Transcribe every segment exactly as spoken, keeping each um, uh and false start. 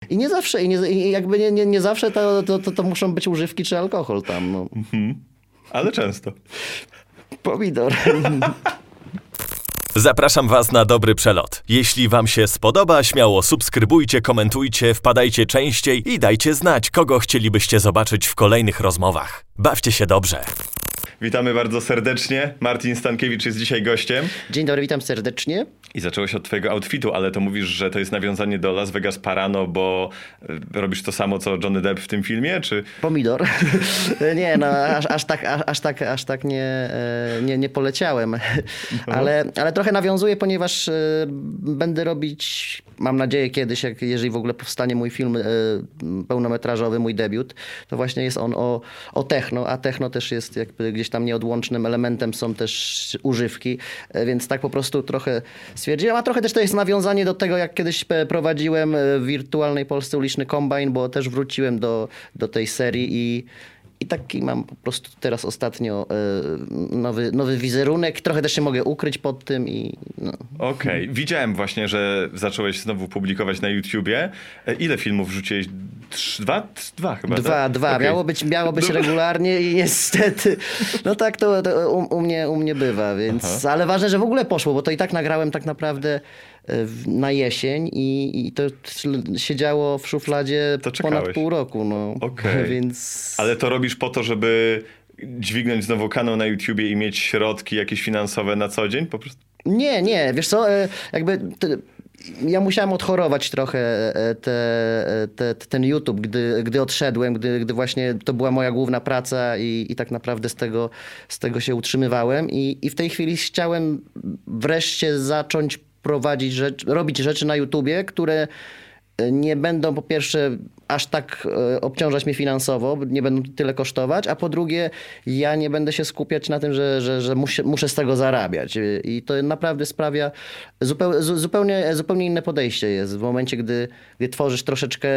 I nie zawsze, i, nie, i jakby nie, nie, nie zawsze to, to, to, to muszą być używki czy alkohol tam. No. Mhm. Ale często. Pomidor. Zapraszam Was na dobry przelot. Jeśli Wam się spodoba, śmiało subskrybujcie, komentujcie, wpadajcie częściej i dajcie znać, kogo chcielibyście zobaczyć w kolejnych rozmowach. Bawcie się dobrze. Witamy bardzo serdecznie. Martin Stankiewicz jest dzisiaj gościem. Dzień dobry, witam serdecznie. I zacząłeś od twojego outfitu, ale to mówisz, że to jest nawiązanie do Las Vegas Parano, bo robisz to samo, co Johnny Depp w tym filmie, czy? Pomidor. Nie, no aż, aż, tak, aż, aż tak, aż tak nie, nie, nie poleciałem. Ale, ale trochę nawiązuję, ponieważ będę robić, mam nadzieję kiedyś, jak, jeżeli w ogóle powstanie mój film pełnometrażowy, mój debiut, to właśnie jest on o, o techno, a techno też jest jakby gdzieś tam nieodłącznym elementem, są też używki, więc tak po prostu trochę stwierdziłem, a trochę też to jest nawiązanie do tego, jak kiedyś prowadziłem w wirtualnej Polsce uliczny kombajn, bo też wróciłem do, do tej serii i, i taki mam po prostu teraz ostatnio nowy, nowy wizerunek. Trochę też się mogę ukryć pod tym i no. Okej. Okay. Widziałem właśnie, że zacząłeś znowu publikować na YouTubie. Ile filmów wrzuciłeś? Trz, dwa? Dwa chyba, Dwa, tak? dwa. Okay. Miało być, miało być regularnie i niestety, no tak to, to u, u, mnie, u mnie bywa, więc, Aha. ale ważne, że w ogóle poszło, bo to i tak nagrałem tak naprawdę na jesień i, i to siedziało w szufladzie ponad pół roku. No. Okay. Więc... Ale to robisz po to, żeby dźwignąć znowu kanał na YouTubie i mieć środki jakieś finansowe na co dzień? Po prostu? Nie, nie. Wiesz co, jakby... Te, ja musiałem odchorować trochę te, te, ten YouTube, gdy, gdy odszedłem, gdy, gdy właśnie to była moja główna praca i, i tak naprawdę z tego, z tego się utrzymywałem. I, I w tej chwili chciałem wreszcie zacząć prowadzić rzecz, robić rzeczy na YouTubie, które nie będą po pierwsze aż tak obciążać mnie finansowo, nie będą tyle kosztować, a po drugie ja nie będę się skupiać na tym, że, że, że muszę, muszę z tego zarabiać. I to naprawdę sprawia zupełnie, zupełnie, zupełnie inne podejście jest w momencie, gdy, gdy tworzysz troszeczkę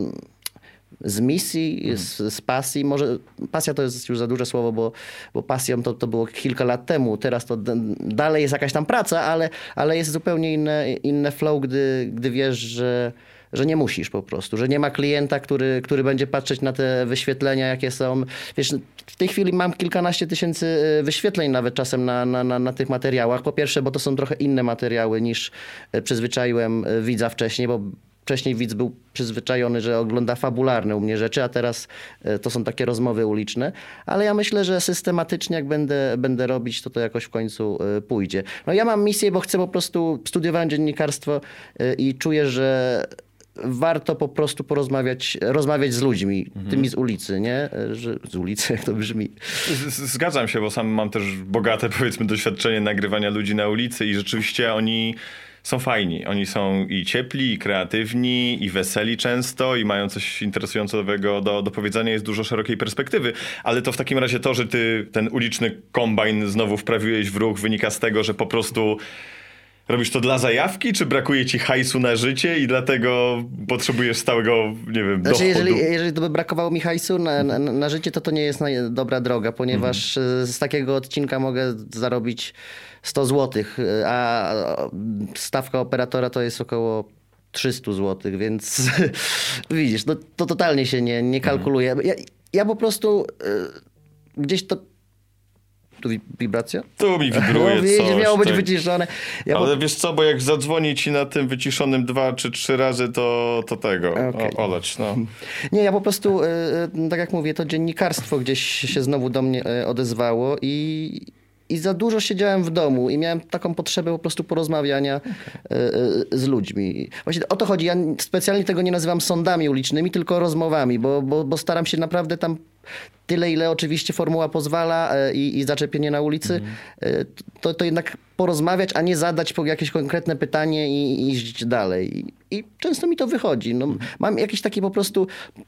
z misji, hmm. z, z pasji. Może pasja to jest już za duże słowo, bo, bo pasją to, to było kilka lat temu. Teraz to d- dalej jest jakaś tam praca, ale, ale jest zupełnie inne, inne flow, gdy, gdy wiesz, że że nie musisz po prostu, że nie ma klienta, który, który będzie patrzeć na te wyświetlenia, jakie są. Wiesz, w tej chwili mam kilkanaście tysięcy wyświetleń nawet czasem na, na, na, na tych materiałach. Po pierwsze, bo to są trochę inne materiały niż przyzwyczaiłem widza wcześniej, bo wcześniej widz był przyzwyczajony, że ogląda fabularne u mnie rzeczy, a teraz to są takie rozmowy uliczne. Ale ja myślę, że systematycznie jak będę, będę robić, to to jakoś w końcu pójdzie. No ja mam misję, bo chcę po prostu, studiowałem dziennikarstwo i czuję, że warto po prostu porozmawiać, rozmawiać z ludźmi, mhm. tymi z ulicy, nie? Że, z ulicy, jak to brzmi. Zgadzam się, bo sam mam też bogate, powiedzmy, doświadczenie nagrywania ludzi na ulicy i rzeczywiście oni są fajni. Oni są i ciepli, i kreatywni, i weseli często, i mają coś interesującego do, do powiedzenia. Jest dużo szerokiej perspektywy. Ale to w takim razie to, że ty ten uliczny kombajn znowu wprawiłeś w ruch, wynika z tego, że po prostu robisz to dla zajawki, czy brakuje ci hajsu na życie i dlatego potrzebujesz stałego, nie wiem, znaczy, dochodu? Jeżeli, jeżeli to by brakowało mi hajsu na, na, na życie, to to nie jest dobra droga, ponieważ mhm. z takiego odcinka mogę zarobić sto złotych, a stawka operatora to jest około trzysta złotych, więc widzisz, no, to totalnie się nie, nie kalkuluje. Ja, ja po prostu y, gdzieś to... Tu wibracja? Tu mi wibruje no, coś. Miało być tak. wyciszone. Ja Ale po... wiesz co, bo jak zadzwoni ci na tym wyciszonym dwa czy trzy razy, to, to tego. Okay. O, oleć, no. Nie, ja po prostu, tak jak mówię, to dziennikarstwo gdzieś się znowu do mnie odezwało i... I za dużo siedziałem w domu i miałem taką potrzebę po prostu porozmawiania okay. z ludźmi. Właśnie o to chodzi. Ja specjalnie tego nie nazywam sądami ulicznymi, tylko rozmowami, bo, bo, bo staram się naprawdę tam tyle, ile oczywiście formuła pozwala i, i zaczepienie na ulicy, mm. to, to jednak porozmawiać, a nie zadać jakieś konkretne pytanie i, i iść dalej. I, I często mi to wychodzi. No, mm. Mam jakiś taki po prostu...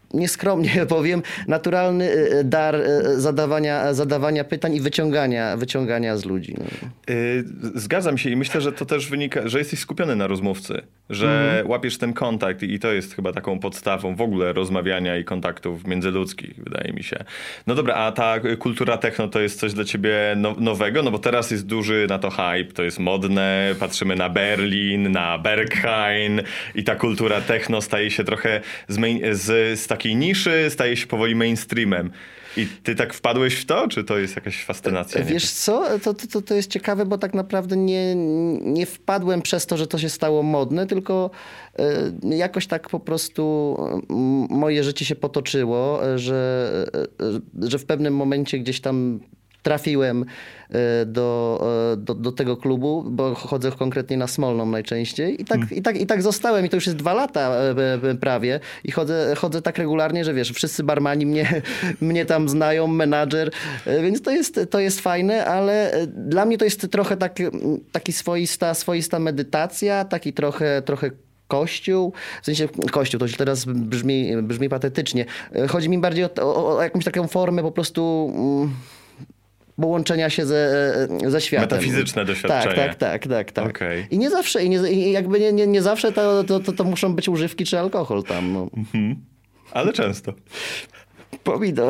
nieskromnie powiem, naturalny dar zadawania, zadawania pytań i wyciągania, wyciągania z ludzi. No. Zgadzam się i myślę, że to też wynika, że jesteś skupiony na rozmówcy, że mhm. łapiesz ten kontakt i to jest chyba taką podstawą w ogóle rozmawiania i kontaktów międzyludzkich, wydaje mi się. No dobra, a ta kultura techno to jest coś dla ciebie no, nowego? No bo teraz jest duży na to hype, to jest modne, patrzymy na Berlin, na Berghain i ta kultura techno staje się trochę z, main, z, z takiej niszy, staje się powoli mainstreamem. I ty tak wpadłeś w to, czy to jest jakaś fascynacja? Wiesz co, to, to, to jest ciekawe, bo tak naprawdę nie, nie wpadłem przez to, że to się stało modne, tylko y, jakoś tak po prostu moje życie się potoczyło, że, że w pewnym momencie gdzieś tam trafiłem do, do, do tego klubu, bo chodzę konkretnie na Smolną najczęściej i tak, hmm. i, tak, i tak zostałem i to już jest dwa lata prawie i chodzę, chodzę tak regularnie, że wiesz, wszyscy barmani mnie, mnie tam znają, menadżer, więc to jest, to jest fajne, ale dla mnie to jest trochę tak, taki swoista, swoista medytacja, taki trochę, trochę Kościół, w sensie Kościół, to teraz brzmi, brzmi patetycznie. Chodzi mi bardziej o, o, o jakąś taką formę po prostu połączenia się ze, ze światem. Metafizyczne doświadczenie. Tak, tak, tak, tak, tak. Okay. I nie zawsze, i, nie, i jakby nie, nie, nie zawsze to, to, to, to muszą być używki czy alkohol tam. No. Mhm. Ale często. Pomidor.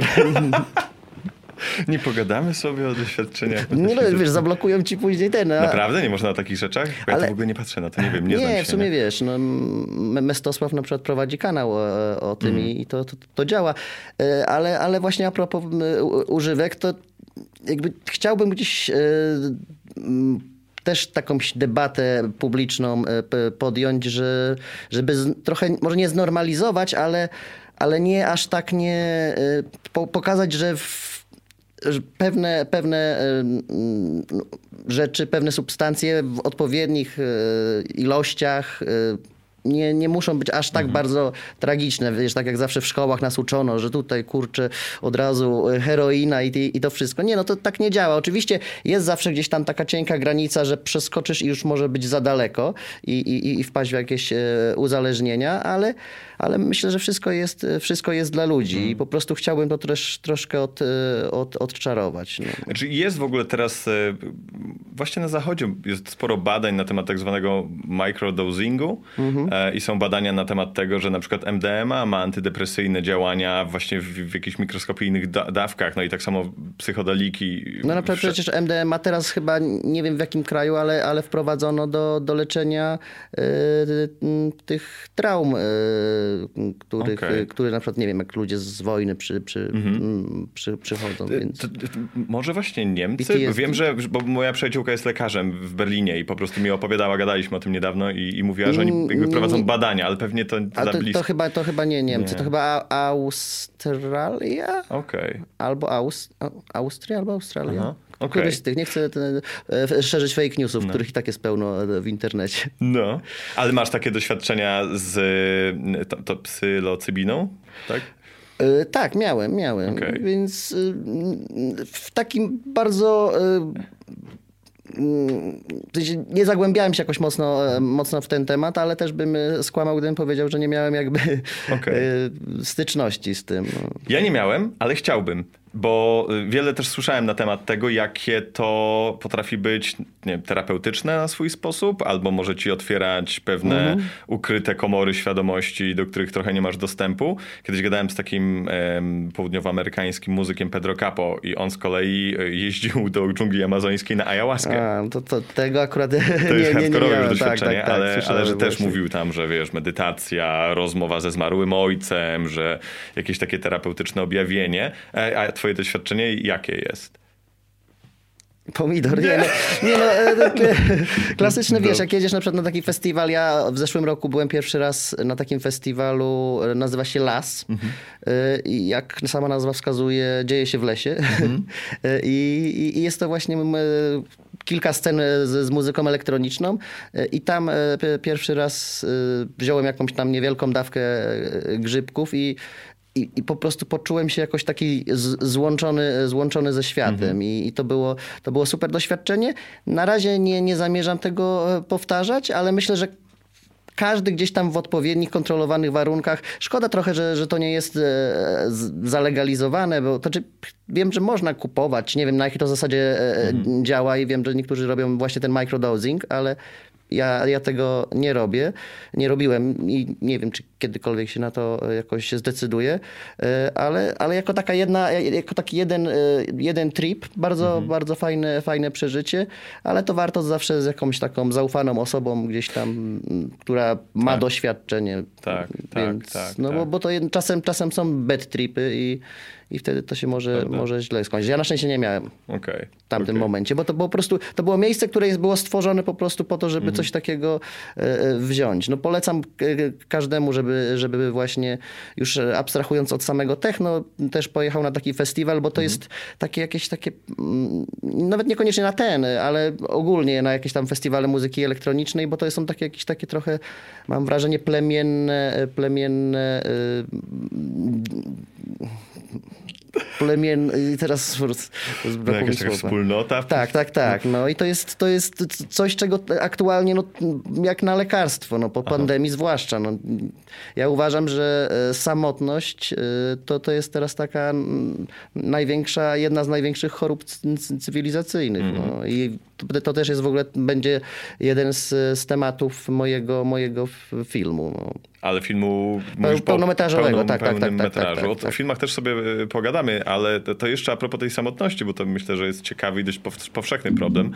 Nie pogadamy sobie o doświadczeniach. Nie no, wiesz, zablokują ci później ten. A... Naprawdę? Nie można o takich rzeczach? Bo Ale... ja to w ogóle nie patrzę na to, nie wiem, nie, nie znam się. W sumie nie? Wiesz, no, Mestosław na przykład prowadzi kanał o, o tym mm. i to, to, to działa. Ale, ale właśnie a propos używek, to jakby chciałbym gdzieś e, też taką debatę publiczną podjąć, że, żeby z, trochę, może nie znormalizować, ale, ale nie aż tak nie po, pokazać, że w, Pewne, pewne rzeczy, pewne substancje w odpowiednich ilościach nie, nie muszą być aż tak mhm. bardzo tragiczne. Wiesz, tak jak zawsze w szkołach nas uczono, że tutaj kurczę od razu heroina i, i to wszystko. Nie, no to tak nie działa. Oczywiście jest zawsze gdzieś tam taka cienka granica, że przeskoczysz i już może być za daleko i, i, i wpaść w jakieś uzależnienia, ale, ale myślę, że wszystko jest, wszystko jest dla ludzi mhm. i po prostu chciałbym to trosz, troszkę od, od, odczarować. No. Znaczy jest w ogóle teraz, właśnie na zachodzie jest sporo badań na temat tak zwanego microdosingu mhm. i są badania na temat tego, że na przykład M D M A ma antydepresyjne działania właśnie w, w jakichś mikroskopijnych da- dawkach, no i tak samo psychodeliki. No na przykład przecież M D M A teraz chyba, nie wiem w jakim kraju, ale, ale wprowadzono do, do leczenia y, y, tych traum, y, których, okay. y, które na przykład, nie wiem, jak ludzie z wojny przy, przy, mhm. przy, przychodzą. Więc... To, to, może właśnie Niemcy? Jest... Wiem, że bo moja przyjaciółka jest lekarzem w Berlinie i po prostu mi opowiadała, gadaliśmy o tym niedawno i, i mówiła, że oni jakby prowadzą badania, ale pewnie to, to A za to, blisko. To chyba, to chyba nie Niemcy, nie. To chyba Australia? Okej. Okay. Albo Aus, Austria, albo Australia. Aha. Okay. Któryś z tych. Nie chcę ten, e, szerzyć fake newsów, no. których i tak jest pełno w internecie. No, ale masz takie doświadczenia z to, to psylocybiną, tak? E, tak, miałem, miałem. Okay. Więc e, w takim bardzo... E, nie zagłębiałem się jakoś mocno, mocno w ten temat, ale też bym skłamał, gdybym powiedział, że nie miałem jakby okay. styczności z tym. Ja nie miałem, ale chciałbym. Bo wiele też słyszałem na temat tego, jakie to potrafi być nie wiem, terapeutyczne na swój sposób, albo może ci otwierać pewne mhm. ukryte komory świadomości, do których trochę nie masz dostępu. Kiedyś gadałem z takim em, południowoamerykańskim muzykiem Pedro Capo i on z kolei jeździł do dżungli amazońskiej na ayahuaskę. A, to, to tego akurat to nie, jest nie, nie miałem. doświadczenie, tak, tak, ale, tak, ale że też właśnie. mówił tam, że wiesz, medytacja, rozmowa ze zmarłym ojcem, że jakieś takie terapeutyczne objawienie. A, a twoje doświadczenie jakie jest? Pomidor, nie, nie, nie no, klasyczny, wiesz, jak jedziesz na przykład na taki festiwal, ja w zeszłym roku byłem pierwszy raz na takim festiwalu, nazywa się Las mhm. i jak sama nazwa wskazuje, dzieje się w lesie mhm. I, i jest to właśnie kilka scen z, z muzyką elektroniczną i tam pierwszy raz wziąłem jakąś tam niewielką dawkę grzybków i I, I po prostu poczułem się jakoś taki z, złączony, złączony ze światem. Mhm. I, i to, było, to było super doświadczenie. Na razie nie, nie zamierzam tego powtarzać, ale myślę, że każdy gdzieś tam w odpowiednich, kontrolowanych warunkach. Szkoda trochę, że, że to nie jest zalegalizowane, bo to, czy wiem, że można kupować, nie wiem na jakiej to zasadzie mhm. działa i wiem, że niektórzy robią właśnie ten microdosing, ale ja, ja tego nie robię, nie robiłem i nie wiem, czy kiedykolwiek się na to jakoś zdecyduję, ale, ale jako taka jedna, jako taki jeden, jeden trip, bardzo, mhm. bardzo fajne, fajne przeżycie, ale to warto zawsze z jakąś taką zaufaną osobą gdzieś tam, która ma tak. doświadczenie. Tak, Więc, tak, tak. No tak. Bo, bo to jed, czasem, czasem są bad tripy i I wtedy to się może, może źle skończyć. Ja na szczęście nie miałem okay, w tamtym okay. momencie, bo to było po prostu, to było miejsce, które było stworzone po prostu po to, żeby mm-hmm. coś takiego e, wziąć. No polecam każdemu, żeby, żeby właśnie już abstrahując od samego techno, też pojechał na taki festiwal, bo to mm-hmm. jest takie jakieś takie, nawet niekoniecznie na ten, ale ogólnie na jakieś tam festiwale muzyki elektronicznej, bo to są takie jakieś takie trochę, mam wrażenie, plemienne, plemienne Plemien, teraz no, jakaś taka wspólnota. Tak, tak, tak. No i to jest, to jest coś, czego aktualnie, no, jak na lekarstwo, no, po Aha. pandemii zwłaszcza. No, ja uważam, że samotność to, to jest teraz taka największa, jedna z największych chorób cywilizacyjnych. Mm. No. I to, to też jest w ogóle, będzie jeden z, z tematów mojego, mojego filmu. No. Ale filmu pełnometrażowego, tak, tak, tak, tak, tak, tak. O, o filmach też sobie pogadamy, ale to, to jeszcze a propos tej samotności, bo to myślę, że jest ciekawy i dość powszechny problem.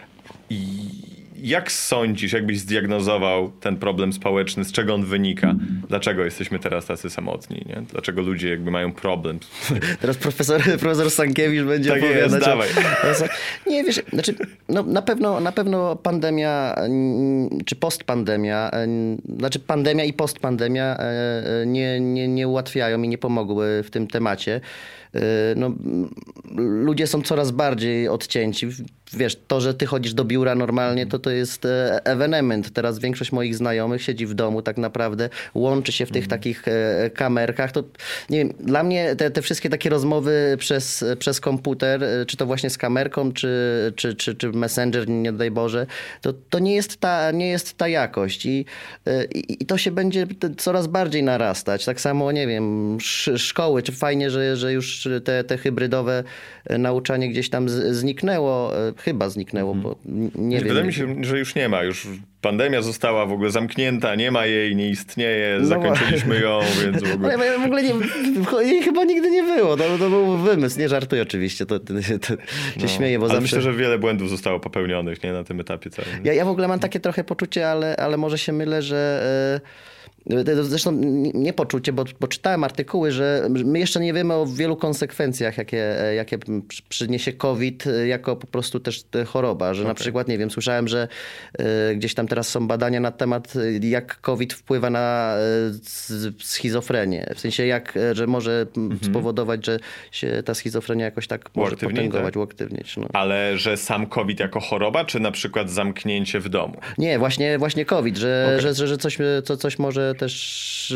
I jak sądzisz, jakbyś zdiagnozował ten problem społeczny, z czego on wynika? Dlaczego jesteśmy teraz tacy samotni? Nie? Dlaczego ludzie jakby mają problem? Teraz profesor, profesor Stankiewicz będzie tak opowiadać. Jest, dawaj. Nie, wiesz, znaczy, no, na pewno, na pewno pandemia, czy postpandemia, znaczy pandemia i postpandemia nie, nie, nie ułatwiają i nie pomogły w tym temacie. No, ludzie są coraz bardziej odcięci. Wiesz, to, że ty chodzisz do biura normalnie, to to jest ewenement. Teraz większość moich znajomych siedzi w domu tak naprawdę, łączy się w tych mm. takich kamerkach. To, nie wiem, dla mnie te, te wszystkie takie rozmowy przez, przez komputer, czy to właśnie z kamerką, czy, czy, czy, czy Messenger, nie daj Boże, to, to nie jest ta, nie jest ta jakość. I, i, i to się będzie coraz bardziej narastać. Tak samo, nie wiem, sz, szkoły, czy fajnie, że, że już te, te hybrydowe nauczanie gdzieś tam z, zniknęło. Chyba zniknęło, mm. bo nie wiem. Wydaje mi się, że już nie ma. Już pandemia została w ogóle zamknięta, nie ma jej, nie istnieje, no zakończyliśmy ją, więc w ogóle... No, w ogóle nie, jej chyba nigdy nie było. To, to był wymysł, nie żartuję oczywiście, to, to, to się no, śmieję, bo ale zawsze... myślę, że wiele błędów zostało popełnionych nie, na tym etapie całym. Ja, ja w ogóle mam takie trochę poczucie, ale, ale może się mylę, że... Zresztą nie poczucie, bo, bo czytałem artykuły, że my jeszcze nie wiemy o wielu konsekwencjach, jakie, jakie przyniesie COVID jako po prostu też choroba. Że okay. na przykład, nie wiem, słyszałem, że gdzieś tam teraz są badania na temat, jak COVID wpływa na schizofrenię. W sensie, jak, że może mm-hmm. spowodować, że się ta schizofrenia jakoś tak może potęgować, tak. uaktywnić. No. Ale że sam COVID jako choroba, czy na przykład zamknięcie w domu? Nie, właśnie, właśnie COVID, że, okay. że, że, że coś, co, coś może też...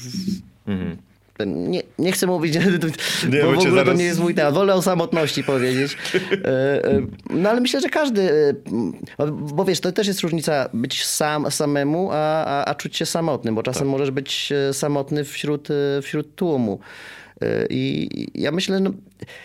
Mhm. Nie, nie chcę mówić, nie, bo w ogóle zaraz... to nie jest mój temat. Wolę o samotności powiedzieć. No ale myślę, że każdy, bo wiesz, to też jest różnica być sam, samemu, a, a, a czuć się samotnym, bo czasem tak. możesz być samotny wśród, wśród tłumu. I ja myślę, no,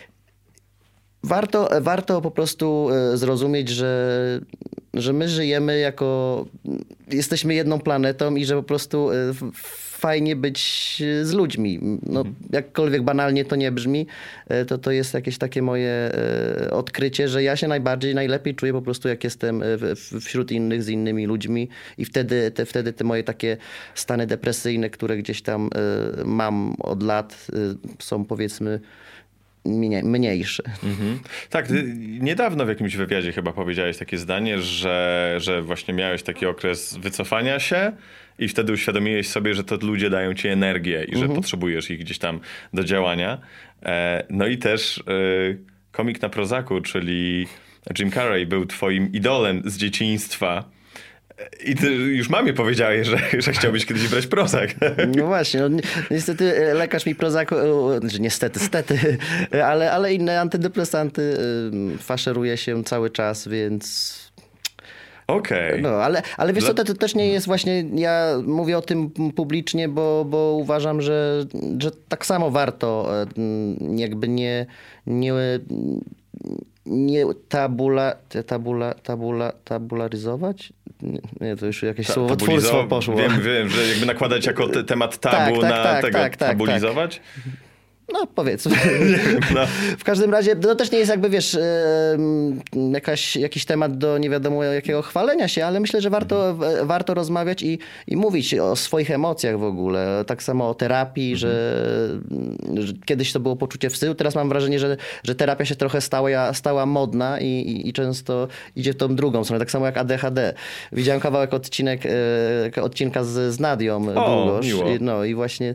warto, warto po prostu zrozumieć, że, że my żyjemy jako, jesteśmy jedną planetą i że po prostu fajnie być z ludźmi. No, mhm. Jakkolwiek banalnie to nie brzmi, to to jest jakieś takie moje odkrycie, że ja się najbardziej, najlepiej czuję po prostu jak jestem wśród innych, z innymi ludźmi i wtedy te, wtedy te moje takie stany depresyjne, które gdzieś tam mam od lat, są powiedzmy mniejsze. Mhm. Tak, niedawno w jakimś wywiadzie chyba powiedziałeś takie zdanie, że, że właśnie miałeś taki okres wycofania się i wtedy uświadomiłeś sobie, że to ludzie dają ci energię i że mhm. potrzebujesz ich gdzieś tam do działania. No i też komik na Prozaku, czyli Jim Carrey był twoim idolem z dzieciństwa. I ty już mamie powiedziałeś, że, że chciałbyś kiedyś brać Prozac. No właśnie, no, ni- niestety lekarz mi Prozac, znaczy niestety, stety, ale, ale inne antydepresanty faszeruje się cały czas, więc Okej. Okay. No, ale, ale wiesz co, to, to też nie jest właśnie, ja mówię o tym publicznie, bo, bo uważam, że, że tak samo warto jakby nie, nie, nie tabula, tabula, tabula, tabularyzować? Nie, to już jakieś Ta, słowotwórstwo poszło. Wiem, wiem, że jakby nakładać jako te, temat tabu tak, tak, na tak, tego, tak, tak, tabulizować? Tak. No powiedzmy. No. W każdym razie to też nie jest jakby, wiesz, jakaś, jakiś temat do nie wiadomo jakiego chwalenia się, ale myślę, że warto, mhm. warto rozmawiać i, i mówić o swoich emocjach w ogóle. Tak samo o terapii, mhm. że, że kiedyś to było poczucie wstydu. Teraz mam wrażenie, że, że terapia się trochę stała, stała modna i, i, i często idzie w tą drugą stronę. Tak samo jak A D H D. Widziałem kawałek odcinek, odcinka z, z Nadią Długosz. No i właśnie...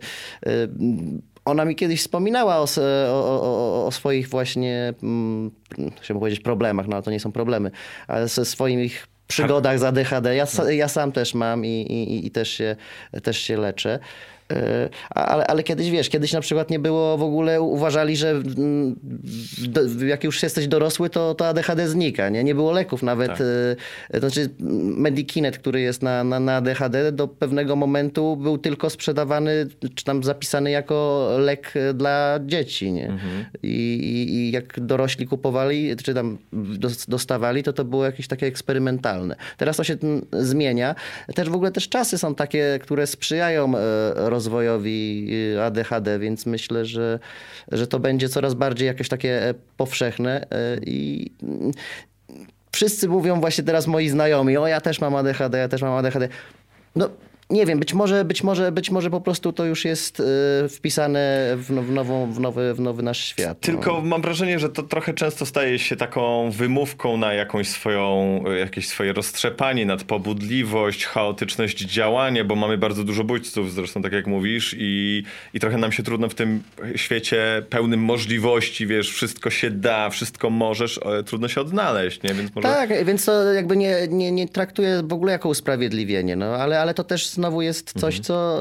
Ona mi kiedyś wspominała o, o, o, o swoich właśnie, hmm, chciałbym powiedzieć problemach, no ale to nie są problemy, ale ze swoich przygodach z A D H D. Ja, ja sam też mam i, i, i też, się, też się leczę. Ale, ale kiedyś, wiesz, kiedyś na przykład nie było w ogóle, uważali, że do, jak już jesteś dorosły, to, to A D H D znika, nie? Nie było leków nawet. Tak. To znaczy Medikinet, który jest na, na, na A D H D, do pewnego momentu był tylko sprzedawany, czy tam zapisany jako lek dla dzieci, nie? Mhm. I, i, I jak dorośli kupowali, czy tam dostawali, to to było jakieś takie eksperymentalne. Teraz to się zmienia. Też w ogóle też czasy są takie, które sprzyjają rozwojowi A D H D, więc myślę, że, że to będzie coraz bardziej jakieś takie powszechne i wszyscy mówią właśnie teraz moi znajomi, o ja też mam A D H D, ja też mam A D H D. No nie wiem, być może, być może, być może po prostu to już jest y, wpisane w, w, nową, w, nowy, w nowy nasz świat. Tylko no. mam wrażenie, że to trochę często staje się taką wymówką na jakąś swoją, jakieś swoje roztrzepanie, nadpobudliwość, chaotyczność działania, bo mamy bardzo dużo bodźców, zresztą tak jak mówisz, i, i trochę nam się trudno w tym świecie pełnym możliwości, wiesz, wszystko się da, wszystko możesz, trudno się odnaleźć, nie? Więc może... Tak, więc to jakby nie, nie, nie traktuję w ogóle jako usprawiedliwienie, no, ale, ale to też znowu jest coś, mhm. co,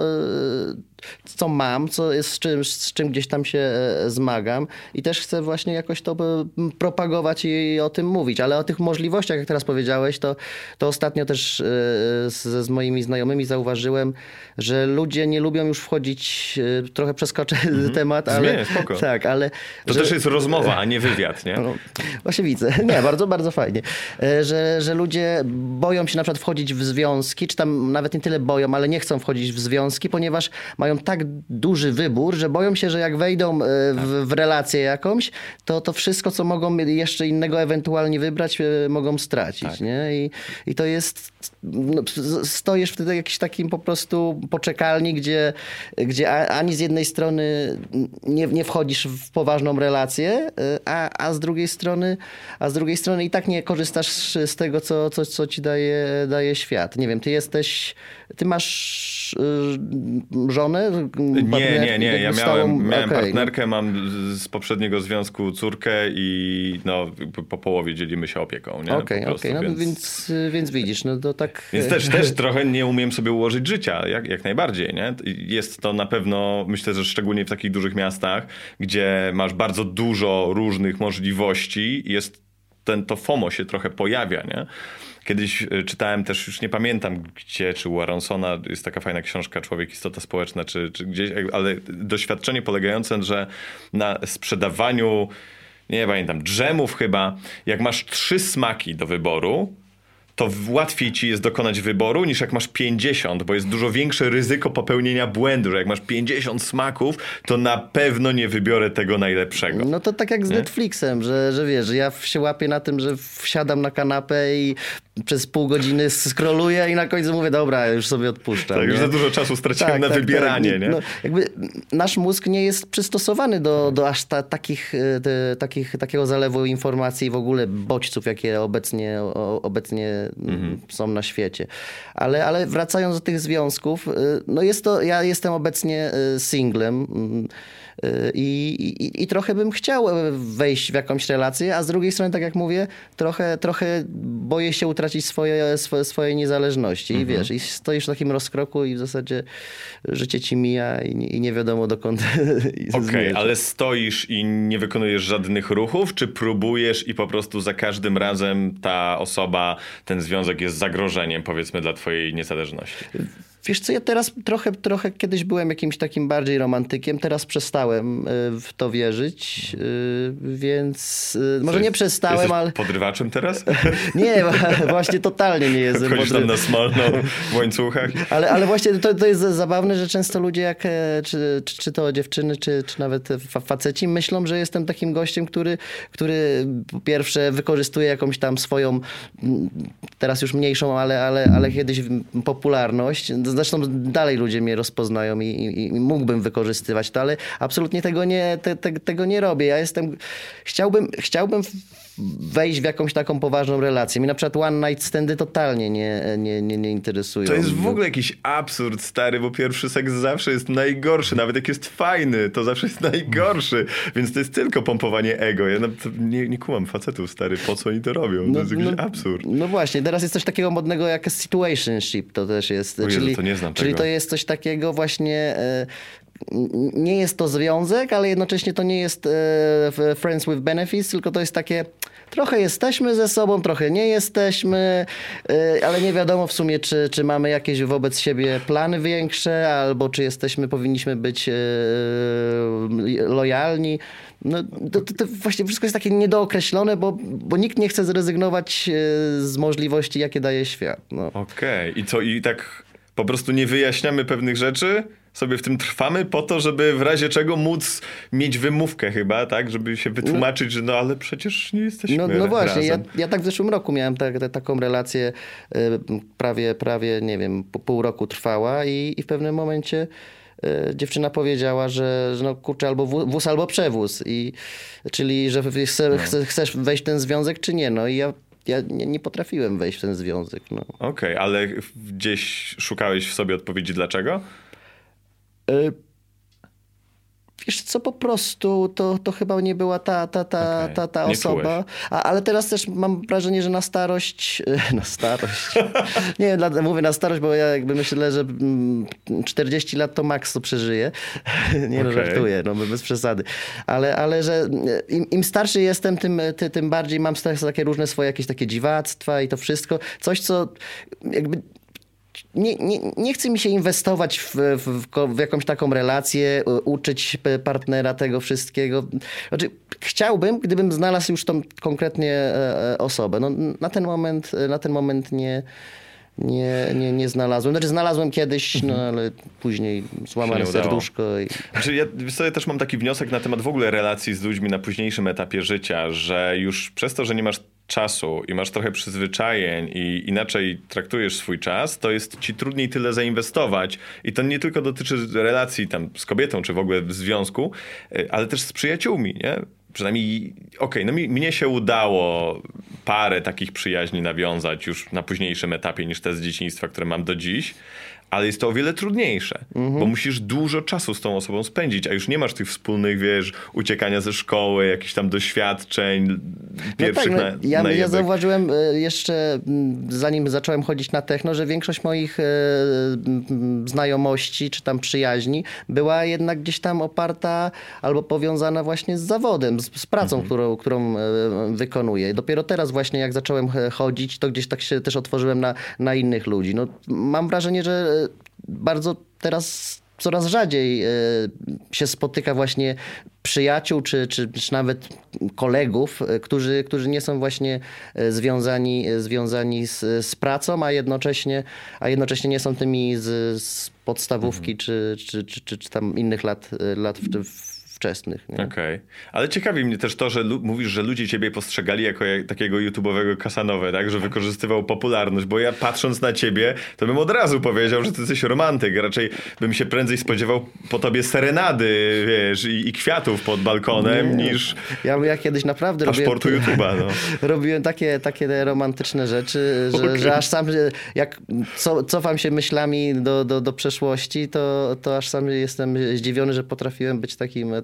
co mam, co jest z czym, z czym gdzieś tam się zmagam i też chcę właśnie jakoś to propagować i o tym mówić. Ale o tych możliwościach, jak teraz powiedziałeś, to, to ostatnio też z, z moimi znajomymi zauważyłem, że ludzie nie lubią już wchodzić, trochę przeskoczę mhm. temat, ale... Zmienię, spoko. Tak, ale... To że, też jest rozmowa, a nie wywiad, nie? No, właśnie widzę. Nie, bardzo, bardzo fajnie. Że, że ludzie boją się na przykład wchodzić w związki, czy tam nawet nie tyle boją, ale nie chcą wchodzić w związki, ponieważ mają tak duży wybór, że boją się, że jak wejdą w, w relację jakąś, to to wszystko, co mogą jeszcze innego ewentualnie wybrać, mogą stracić. Tak. Nie? I, I to jest... No, stoisz wtedy jakiś takim po prostu poczekalni, gdzie, gdzie ani z jednej strony nie, nie wchodzisz w poważną relację, a, a, z drugiej strony, a z drugiej strony i tak nie korzystasz z tego, co, co, co ci daje, daje świat. Nie wiem, ty jesteś... Ty masz y, żonę? Nie, nie, nie. Ja stałą... miałem, miałem okay, partnerkę, no. Mam z poprzedniego związku córkę i no, po połowie dzielimy się opieką. Okej, okej. Okay, okay. No, więc... Więc, widzisz, no to tak... Więc też, też trochę nie umiem sobie ułożyć życia, jak, jak najbardziej, nie? Jest to na pewno, myślę, że szczególnie w takich dużych miastach, gdzie masz bardzo dużo różnych możliwości, jest ten, to FOMO się trochę pojawia, nie? Kiedyś czytałem też, już nie pamiętam gdzie, czy u Aronsona, jest taka fajna książka Człowiek, istota społeczna, czy, czy gdzieś, ale doświadczenie polegające, że na sprzedawaniu, nie pamiętam, dżemów chyba, jak masz trzy smaki do wyboru, to łatwiej ci jest dokonać wyboru niż jak masz pięćdziesiąt, bo jest dużo większe ryzyko popełnienia błędu, że jak masz pięćdziesiąt smaków, to na pewno nie wybiorę tego najlepszego. No to tak jak z nie? Netflixem, że, że wiesz, ja się łapię na tym, że wsiadam na kanapę i przez pół godziny scrolluję i na końcu mówię, dobra, już sobie odpuszczam. Tak, nie? już za dużo czasu straciłem tak, na tak, wybieranie. Tak. Nie? No, jakby nasz mózg nie jest przystosowany do, do aż ta, takich, te, takich, takiego zalewu informacji i w ogóle bodźców, jakie obecnie, o, obecnie mhm. są na świecie. Ale, ale wracając do tych związków, no jest to, ja jestem obecnie singlem. I, i, i trochę bym chciał wejść w jakąś relację, a z drugiej strony, tak jak mówię, trochę, trochę boję się utracić swoje, swoje, swoje niezależności. Mhm. I wiesz, i stoisz w takim rozkroku i w zasadzie życie ci mija i nie, i nie wiadomo dokąd Okej, okay, ale stoisz i nie wykonujesz żadnych ruchów, czy próbujesz i po prostu za każdym razem ta osoba, ten związek jest zagrożeniem, powiedzmy, dla twojej niezależności? Wiesz co, ja teraz trochę, trochę kiedyś byłem jakimś takim bardziej romantykiem, teraz przestałem w to wierzyć, więc może nie przestałem, jesteś ale... podrywaczem teraz? Nie, właśnie totalnie nie jestem. Chodzisz podry... tam na smolną w łańcuchach? Ale, ale właśnie to, to jest zabawne, że często ludzie, jak, czy, czy, czy to dziewczyny, czy, czy nawet faceci, myślą, że jestem takim gościem, który, który po pierwsze wykorzystuje jakąś tam swoją, teraz już mniejszą, ale, ale, ale kiedyś popularność. Zresztą dalej ludzie mnie rozpoznają i, i, i mógłbym wykorzystywać to, ale absolutnie tego nie, te, te, tego nie robię. Ja jestem, chciałbym, chciałbym wejść w jakąś taką poważną relację. Mi na przykład one night standy totalnie nie, nie, nie, nie interesują. To jest w ogóle jakiś absurd, stary, bo pierwszy seks zawsze jest najgorszy. Nawet jak jest fajny, to zawsze jest najgorszy. Więc to jest tylko pompowanie ego. Ja nie, nie kumam facetów, stary, po co oni to robią? No, to jest jakiś no, absurd. No właśnie, teraz jest coś takiego modnego jak situationship, to też jest. O Jezu, czyli, to nie znam czyli tego. to jest coś takiego właśnie... E, nie jest to związek, ale jednocześnie to nie jest e, friends with benefits, tylko to jest takie, trochę jesteśmy ze sobą, trochę nie jesteśmy, e, ale nie wiadomo w sumie, czy, czy mamy jakieś wobec siebie plany większe, albo czy jesteśmy, powinniśmy być e, lojalni. No, to, to, to właśnie wszystko jest takie niedookreślone, bo, bo nikt nie chce zrezygnować z możliwości, jakie daje świat. No. Okej, okay. I co, i tak po prostu nie wyjaśniamy pewnych rzeczy? Sobie w tym trwamy po to, żeby w razie czego móc mieć wymówkę chyba, tak? Żeby się wytłumaczyć, no, że no ale przecież nie jesteśmy No, no właśnie, ja, razem. ja tak w zeszłym roku miałem tak, ta, taką relację, y, prawie, prawie, nie wiem, po pół roku trwała i, i w pewnym momencie y, dziewczyna powiedziała, że, że no kurczę, albo wóz, albo przewóz. I, czyli, że chce, no. chce, chcesz wejść w ten związek, czy nie? No i ja Ja nie, nie potrafiłem wejść w ten związek. No. Okej, okay, ale gdzieś szukałeś w sobie odpowiedzi dlaczego? Y- Wiesz co, po prostu to, to chyba nie była ta, ta, ta, okay. ta, ta nie osoba. A, ale teraz też mam wrażenie, że na starość... Na starość... nie, dla, mówię na starość, bo ja jakby myślę, że czterdzieści lat to maks to przeżyje. nie okay. no, żartuję, no bez przesady. Ale, ale że im, im starszy jestem, tym, ty, tym bardziej mam takie różne swoje jakieś takie dziwactwa i to wszystko. Coś, co jakby... Nie, nie, nie chce mi się inwestować w, w, w jakąś taką relację, uczyć partnera tego wszystkiego. Znaczy, chciałbym, gdybym znalazł już tą konkretnie osobę. No, na ten moment, na ten moment nie, nie, nie, nie znalazłem. Znaczy znalazłem kiedyś, no ale później złamane serduszko. I... Znaczy, ja sobie też mam taki wniosek na temat w ogóle relacji z ludźmi na późniejszym etapie życia, że już przez to, że nie masz czasu i masz trochę przyzwyczajeń i inaczej traktujesz swój czas, to jest ci trudniej tyle zainwestować. I to nie tylko dotyczy relacji tam z kobietą, czy w ogóle w związku, ale też z przyjaciółmi, nie? Przynajmniej, okej, okay, no mi, mnie się udało parę takich przyjaźni nawiązać już na późniejszym etapie niż te z dzieciństwa, które mam do dziś. Ale jest to o wiele trudniejsze, mhm. bo musisz dużo czasu z tą osobą spędzić, a już nie masz tych wspólnych, wiesz, uciekania ze szkoły, jakichś tam doświadczeń, pierwszych no tak, no, ja, na ja zauważyłem jeszcze, zanim zacząłem chodzić na techno, że większość moich e, znajomości, czy tam przyjaźni była jednak gdzieś tam oparta albo powiązana właśnie z zawodem, z, z pracą, mhm. którą, którą e, wykonuję. I dopiero teraz właśnie, jak zacząłem chodzić, to gdzieś tak się też otworzyłem na, na innych ludzi. No, mam wrażenie, że bardzo teraz coraz rzadziej się spotyka właśnie przyjaciół, czy, czy, czy nawet kolegów, którzy, którzy nie są właśnie związani, związani z, z pracą, a jednocześnie, a jednocześnie nie są tymi z, z podstawówki, mhm. czy, czy, czy, czy, czy tam innych lat, lat w, w wczesnych. Okej. Okay. Ale ciekawi mnie też to, że lu- mówisz, że ludzie ciebie postrzegali jako jak, takiego YouTube'owego Casanowę, tak? Że wykorzystywał popularność, bo ja patrząc na ciebie, to bym od razu powiedział, że ty jesteś romantyk. Raczej bym się prędzej spodziewał po tobie serenady, wiesz, i, i kwiatów pod balkonem, nie. niż ja, ja kiedyś naprawdę paszportu robiłem, YouTube'a. No. robiłem takie, takie romantyczne rzeczy, że, okay. że aż sam, jak co, cofam się myślami do, do, do przeszłości, to, to aż sam jestem zdziwiony, że potrafiłem być takim, takim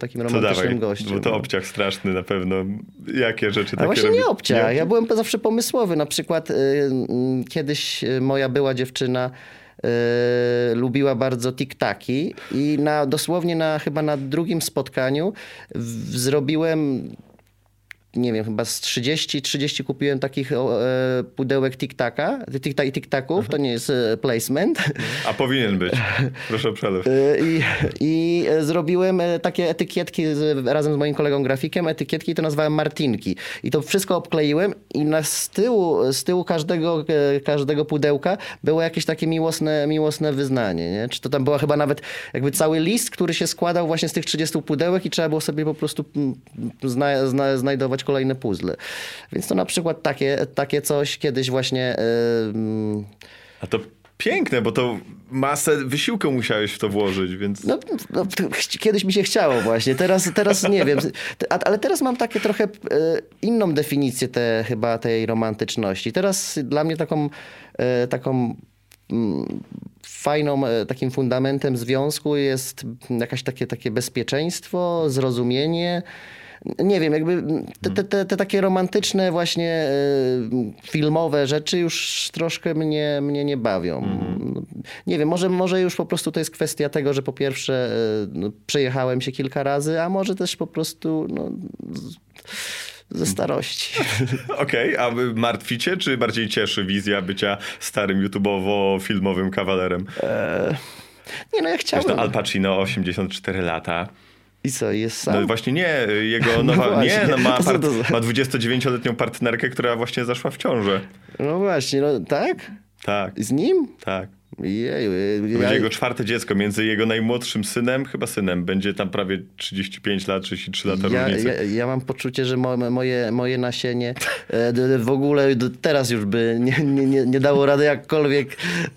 takim To romantycznym dawaj, gościem. bo to no. obciach straszny na pewno. Jakie rzeczy A takie właśnie robi? nie obciach. Ja byłem zawsze pomysłowy. Na przykład y, y, kiedyś moja była dziewczyna y, lubiła bardzo tiktaki i na, dosłownie na, chyba na drugim spotkaniu w, zrobiłem... nie wiem, chyba z trzydzieści, trzydzieści kupiłem takich o, e, pudełek tiktaka, tikta i tiktaków, to nie jest e, placement. A powinien być. Proszę o przelew. E, I, I e, zrobiłem e, takie etykietki z, razem z moim kolegą grafikiem, etykietki to nazwałem Martinki. I to wszystko obkleiłem i na z tyłu, z tyłu każdego, e, każdego pudełka było jakieś takie miłosne, miłosne wyznanie. Nie? Czy to tam była chyba nawet jakby cały list, który się składał właśnie z tych trzydziestu pudełek i trzeba było sobie po prostu mm, zna, zna, znajdować kolejne puzzle. Więc to na przykład takie, takie coś kiedyś właśnie... Yy... A to piękne, bo to masę wysiłku musiałeś w to włożyć, więc... No, no, kiedyś mi się chciało właśnie, teraz, teraz nie wiem, ale teraz mam takie trochę yy, inną definicję te, chyba tej romantyczności. Teraz dla mnie taką, yy, taką fajną, takim fundamentem związku jest jakaś takie, takie bezpieczeństwo, zrozumienie. Nie wiem, jakby te, te, te takie romantyczne właśnie y, filmowe rzeczy już troszkę mnie, mnie nie bawią. Mm. Nie wiem, może, może już po prostu to jest kwestia tego, że po pierwsze y, no, przejechałem się kilka razy, a może też po prostu no, z, ze starości. Okej, okay, a martwicie, czy bardziej cieszy wizja bycia starym YouTubeowo-filmowym kawalerem? Eee, nie no, ja chciałem. Wiesz, to Al Pacino, osiemdziesiąt cztery lata. I co, jest sam? No właśnie nie, jego nowa, no nie, no ma, part, ma dwudziestodziewięcioletnią partnerkę, która właśnie zaszła w ciążę. No właśnie, no tak? Tak. Z nim? Tak. Jeju, to będzie jego czwarte dziecko, między jego najmłodszym synem, chyba synem, będzie tam prawie trzydzieści pięć lat, trzydzieści trzy lata ja, różnicy. Ja, ja mam poczucie, że mo, moje, moje nasienie w ogóle teraz już by nie, nie, nie dało rady jakkolwiek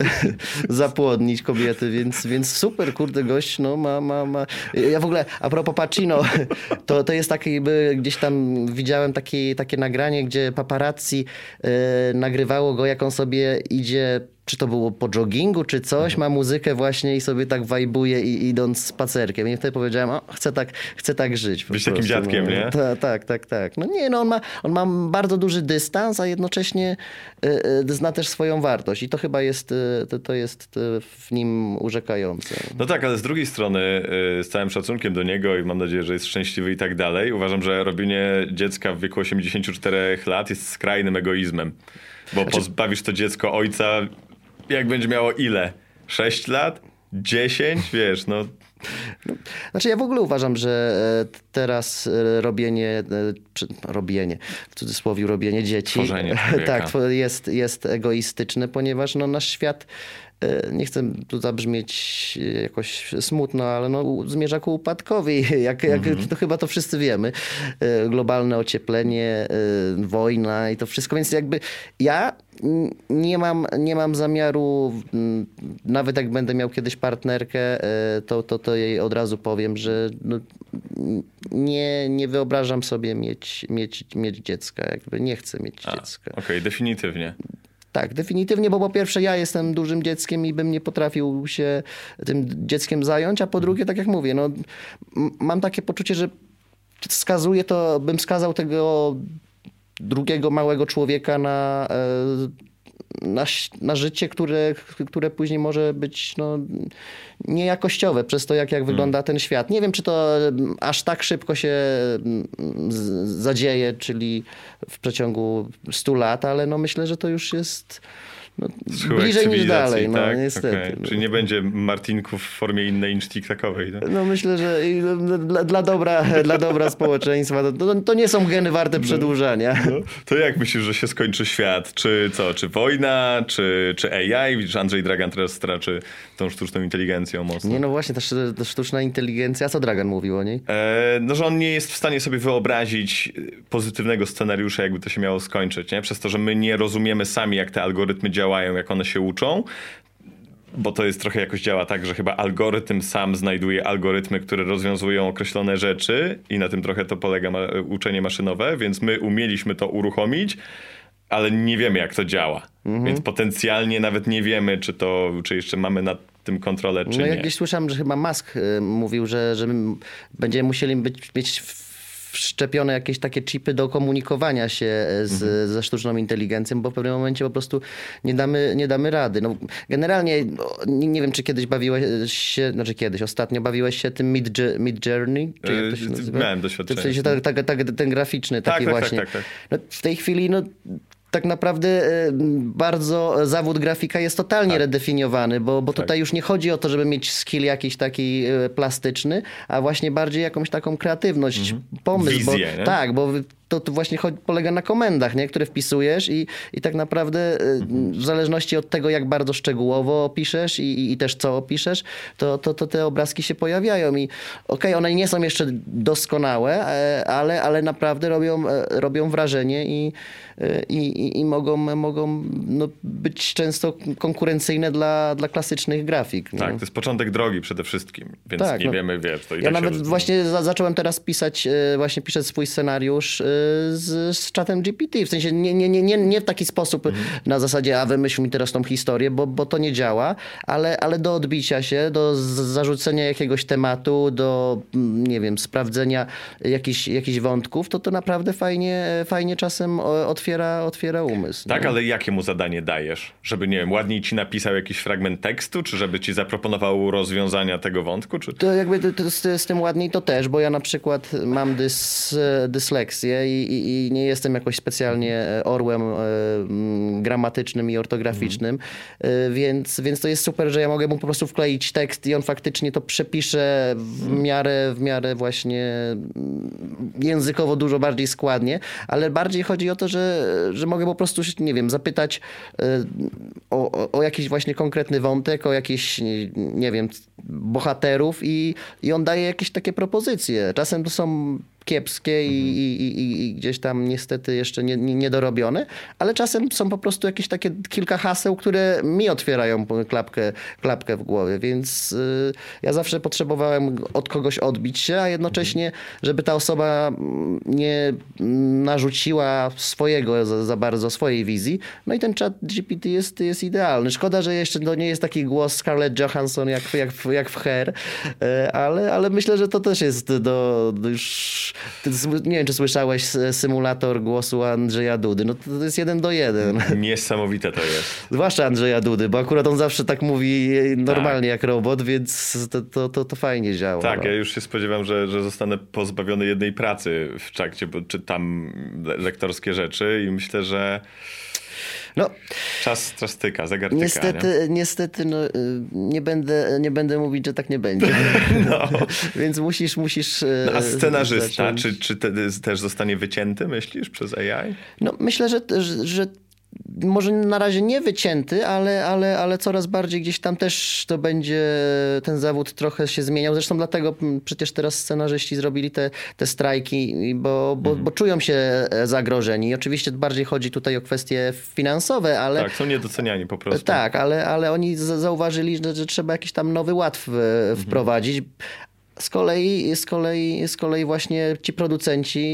zapłodnić kobiety, więc, więc super, kurde, gość, no ma, ma, ma. Ja w ogóle, a propos Pacino, to, to jest taki, by gdzieś tam widziałem taki, takie nagranie, gdzie paparazzi e, nagrywało go, jak on sobie idzie, czy to było po joggingu, czy coś, ma muzykę właśnie i sobie tak wajbuje i idąc spacerkiem. I wtedy powiedziałem, o, chcę tak, chcę tak żyć. Być takim dziadkiem, no. nie? Ta, tak, tak, tak. No nie, no on ma, on ma bardzo duży dystans, a jednocześnie y, y, zna też swoją wartość. I to chyba jest, y, to, to jest y, w nim urzekające. No tak, ale z drugiej strony y, z całym szacunkiem do niego i mam nadzieję, że jest szczęśliwy i tak dalej, uważam, że robienie dziecka w wieku osiemdziesięciu czterech lat jest skrajnym egoizmem. Bo znaczy... pozbawisz to dziecko ojca, jak będzie miało ile? sześć lat? dziesięć? Wiesz, no... No, znaczy ja w ogóle uważam, że teraz robienie, robienie, w cudzysłowie robienie dzieci, Tworzenie tak, jest, jest egoistyczne, ponieważ no, nasz świat, nie chcę tu zabrzmieć jakoś smutno, ale no, zmierza ku upadkowi, jak, jak mm-hmm. to chyba to wszyscy wiemy. Globalne ocieplenie, wojna i to wszystko, więc jakby ja nie mam, nie mam zamiaru, nawet jak będę miał kiedyś partnerkę, to, to, to jej od razu powiem, że no, nie, nie wyobrażam sobie mieć, mieć, mieć dziecka, jakby nie chcę mieć A, dziecka. Okej, okay, definitywnie. Tak, definitywnie, bo po pierwsze ja jestem dużym dzieckiem i bym nie potrafił się tym dzieckiem zająć, a po drugie, tak jak mówię, no, mam takie poczucie, że skazuje to, bym skazał tego drugiego małego człowieka na, na, na życie, które, które później może być no, niejakościowe przez to, jak, jak wygląda hmm. ten świat. Nie wiem, czy to aż tak szybko się zadzieje, czyli w przeciągu stu lat, ale no myślę, że to już jest... No, bliżej niż dalej, no tak? niestety. Okay. Czyli nie będzie Martinków w formie innej niż tiktakowej. Tak? No myślę, że dla, dla, dobra, dla dobra społeczeństwa to, to nie są geny warte przedłużania. No, no. To jak myślisz, że się skończy świat? Czy co? Czy wojna? Czy, czy A I? Widzisz, Andrzej Dragan teraz straczy tą sztuczną inteligencją mocno. Nie, no właśnie, ta, ta sztuczna inteligencja, co Dragan mówił o niej? E, no, że on nie jest w stanie sobie wyobrazić pozytywnego scenariusza, jakby to się miało skończyć, nie? Przez to, że my nie rozumiemy sami, jak te algorytmy działają, jak one się uczą, bo to jest trochę jakoś działa tak, że chyba algorytm sam znajduje algorytmy, które rozwiązują określone rzeczy i na tym trochę to polega ma- uczenie maszynowe, więc my umieliśmy to uruchomić, ale nie wiemy, jak to działa. Mhm. Więc potencjalnie nawet nie wiemy, czy to, czy jeszcze mamy nad tym kontroler, czy no, nie. jak gdzieś słyszałem, że chyba Musk y, mówił, że, że będziemy musieli być, mieć wszczepione jakieś takie chipy do komunikowania się z, mhm. ze sztuczną inteligencją, bo w pewnym momencie po prostu nie damy, nie damy rady. No, generalnie nie, nie wiem, czy kiedyś bawiłeś się, znaczy kiedyś, ostatnio bawiłeś się tym Mid, Mid Journey? Czy jak to się nazywa? Miałem doświadczenie. W sensie tak, tak, tak, ten graficzny taki tak, właśnie. Tak, tak, tak. No, w tej chwili no tak naprawdę bardzo zawód grafika jest totalnie tak. redefiniowany, bo, bo tutaj tak. już nie chodzi o to, żeby mieć skill jakiś taki plastyczny, a właśnie bardziej jakąś taką kreatywność, mhm. pomysł. Wizję, bo, nie? Tak, bo to, to właśnie chodzi, polega na komendach, nie? Które wpisujesz i, i tak naprawdę mhm. w zależności od tego, jak bardzo szczegółowo opiszesz i, i, i też co opiszesz, to, to, to te obrazki się pojawiają i okej, okay, one nie są jeszcze doskonałe, ale, ale naprawdę robią, robią wrażenie i, i I, i mogą, mogą no, być często konkurencyjne dla, dla klasycznych grafik. Nie? Tak, to jest początek drogi przede wszystkim, więc tak, nie no, wiemy, wiesz, to i Ja tak nawet się właśnie za, zacząłem teraz pisać, właśnie piszę swój scenariusz z, z czatem G P T. W sensie nie, nie, nie, nie, nie w taki sposób mhm. na zasadzie, a wymyśl mi teraz tą historię, bo, bo to nie działa, ale, ale do odbicia się, do zarzucenia jakiegoś tematu, do, nie wiem, sprawdzenia jakichś, jakichś wątków, to to naprawdę fajnie, fajnie czasem otwiera, otwiera umysł. Tak, nie? ale jakie mu zadanie dajesz? Żeby, nie wiem, ładniej ci napisał jakiś fragment tekstu, czy żeby ci zaproponował rozwiązania tego wątku? Czy... To jakby to, to z, z tym ładniej to też, bo ja na przykład mam dys, dysleksję i, i, i nie jestem jakoś specjalnie orłem e, gramatycznym i ortograficznym, mm. e, więc, więc to jest super, że ja mogę mu po prostu wkleić tekst i on faktycznie to przepisze w miarę, w miarę właśnie językowo dużo bardziej składnie, ale bardziej chodzi o to, że, że mogę po prostu, nie wiem, zapytać o, o, o jakiś właśnie konkretny wątek, o jakieś, nie wiem, bohaterów i, i on daje jakieś takie propozycje. Czasem to są kiepskie i, mhm. i, i, i gdzieś tam niestety jeszcze nie, nie, niedorobione, ale czasem są po prostu jakieś takie kilka haseł, które mi otwierają klapkę, klapkę w głowie, więc y, ja zawsze potrzebowałem od kogoś odbić się, a jednocześnie, żeby ta osoba nie narzuciła swojego za, za bardzo, swojej wizji. No i ten chat G P T jest, jest idealny. Szkoda, że jeszcze to nie jest taki głos Scarlett Johansson jak, jak, jak w Her, ale, ale myślę, że to też jest do, do już... Nie wiem, czy słyszałeś symulator głosu Andrzeja Dudy. No to jest jeden do jeden. Niesamowite to jest. Zwłaszcza Andrzeja Dudy, bo akurat on zawsze tak mówi normalnie tak. jak robot, więc to, to, to, to fajnie działa. Tak, no. ja już się spodziewam, że, że zostanę pozbawiony jednej pracy w trakcie, bo czytam lektorskie rzeczy i myślę, że No, czas, czas tyka, zegar tyka. Niestety, nie? niestety no, nie, będę, nie będę mówić, że tak nie będzie. No. Więc musisz, musisz no, a scenarzysta, zacząć. czy, czy te, też zostanie wycięty, myślisz, przez A I? No, myślę, że, że, że może na razie nie wycięty, ale, ale, ale coraz bardziej gdzieś tam też to będzie, ten zawód trochę się zmieniał. Zresztą dlatego przecież teraz scenarzyści zrobili te, te strajki, bo, bo, mhm. bo czują się zagrożeni. I oczywiście bardziej chodzi tutaj o kwestie finansowe, ale... Tak, są niedoceniani po prostu. Tak, ale, ale oni zauważyli, że, że trzeba jakiś tam nowy ład w, wprowadzić. Mhm. Z kolei, z, kolei, z kolei właśnie ci producenci,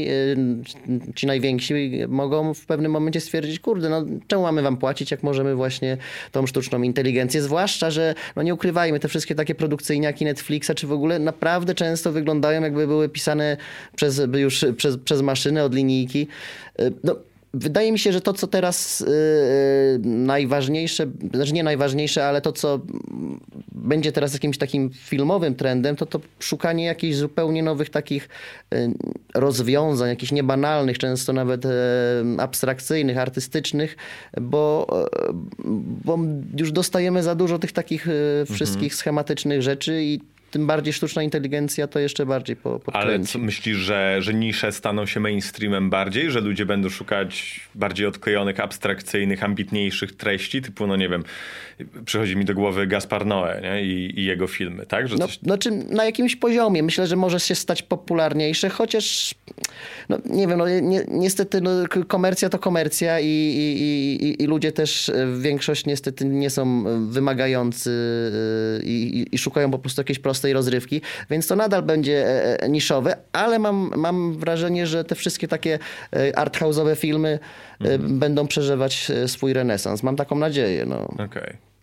ci najwięksi mogą w pewnym momencie stwierdzić, kurde, no czemu mamy wam płacić, jak możemy właśnie tą sztuczną inteligencję, zwłaszcza, że no nie ukrywajmy, te wszystkie takie produkcyjniaki Netflixa, czy w ogóle naprawdę często wyglądają, jakby były pisane przez, już przez, przez maszynę od linijki. No, wydaje mi się, że to, co teraz yy, najważniejsze, znaczy nie najważniejsze, ale to, co będzie teraz jakimś takim filmowym trendem, to to szukanie jakichś zupełnie nowych takich yy, rozwiązań, jakichś niebanalnych, często nawet yy, abstrakcyjnych, artystycznych, bo, yy, bo już dostajemy za dużo tych takich yy, wszystkich mhm. schematycznych rzeczy i tym bardziej sztuczna inteligencja to jeszcze bardziej podkręci. Ale co, myślisz, że, że nisze staną się mainstreamem bardziej? Że ludzie będą szukać bardziej odklejonych, abstrakcyjnych, ambitniejszych treści? Typu, no nie wiem, przychodzi mi do głowy Gaspar Noé, nie? I, i jego filmy, tak? Że no, coś... Znaczy na jakimś poziomie. Myślę, że może się stać popularniejsze, chociaż no, nie wiem, no, ni niestety no, komercja to komercja i, i, i, i ludzie też w większość niestety nie są wymagający i, i, i szukają po prostu jakiejś prostej rozrywki, więc to nadal będzie niszowe, ale mam, mam wrażenie, że te wszystkie takie arthouse'owe filmy mhm. będą przeżywać swój renesans. Mam taką nadzieję. No. Okej. Okay.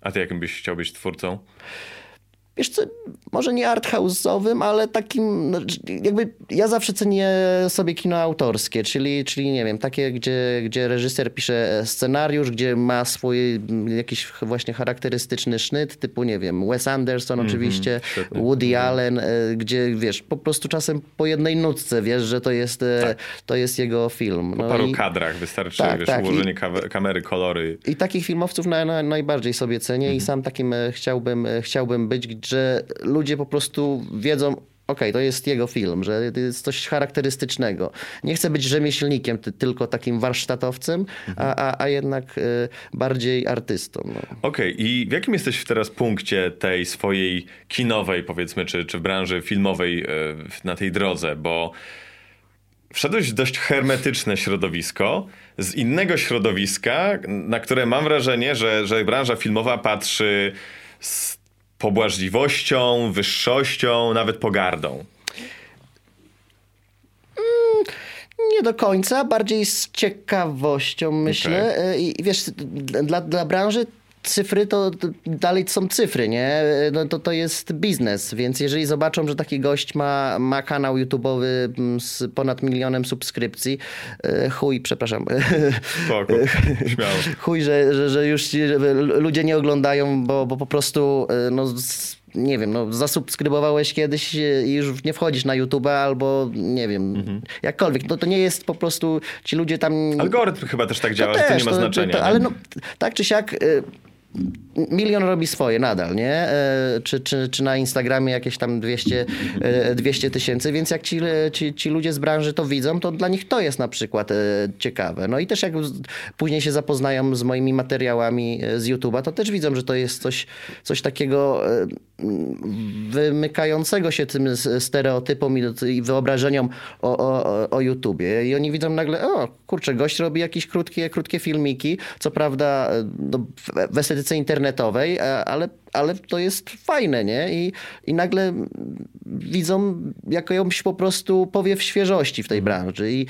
A ty jakim byś chciał być twórcą? Wiesz co, może nie arthouse'owym, ale takim, no, jakby ja zawsze cenię sobie kino autorskie, czyli, czyli nie wiem, takie, gdzie, gdzie reżyser pisze scenariusz, gdzie ma swój jakiś właśnie charakterystyczny sznyt, typu nie wiem, Wes Anderson mm-hmm, oczywiście, świetny. Woody mm-hmm. Allen, gdzie wiesz, po prostu czasem po jednej nutce wiesz, że to jest, tak. to jest jego film. Po no paru i... kadrach wystarczy, tak, wiesz, tak. ułożenie I... kamery, kolory. I takich filmowców na, na, najbardziej sobie cenię mm-hmm. i sam takim chciałbym, chciałbym być, że ludzie po prostu wiedzą, okej, okay, to jest jego film, że to jest coś charakterystycznego. Nie chcę być rzemieślnikiem, ty, tylko takim warsztatowcem, mhm. a, a, a jednak y, bardziej artystą. No. Okej, okay. I w jakim jesteś teraz punkcie tej swojej kinowej, powiedzmy, czy, czy w branży filmowej y, na tej drodze? Bo wszedłeś w dość hermetyczne środowisko, z innego środowiska, na które mam wrażenie, że, że branża filmowa patrzy z pobłażliwością, wyższością, nawet pogardą. Mm, nie do końca, bardziej z ciekawością myślę. Okay. I wiesz, dla, dla branży cyfry to dalej są cyfry, nie? No to, to jest biznes, więc jeżeli zobaczą, że taki gość ma, ma kanał YouTube'owy z ponad milionem subskrypcji, chuj, przepraszam. Spoko, śmiało. Chuj, że, że, że już ludzie nie oglądają, bo, bo po prostu no nie wiem, no zasubskrybowałeś kiedyś i już nie wchodzisz na YouTube'a albo nie wiem, mhm. jakkolwiek. No to nie jest po prostu, ci ludzie tam... Algorytm chyba też tak działa, to że też, to nie ma to, znaczenia. To, to, ale no, tak czy siak... Milion robi swoje nadal, nie? Czy, czy, czy na Instagramie jakieś tam dwieście tysięcy, więc jak ci, ci, ci ludzie z branży to widzą, to dla nich to jest na przykład ciekawe. No i też jak później się zapoznają z moimi materiałami z YouTube'a, to też widzą, że to jest coś, coś takiego wymykającego się tym stereotypom i wyobrażeniom o, o, o YouTubie. I oni widzą nagle, o kurczę, gość robi jakieś krótkie, krótkie filmiki, co prawda no, w estetyce internetowej, ale, ale to jest fajne, nie? I, i nagle widzą jakąś po prostu powiew świeżości w tej branży. I,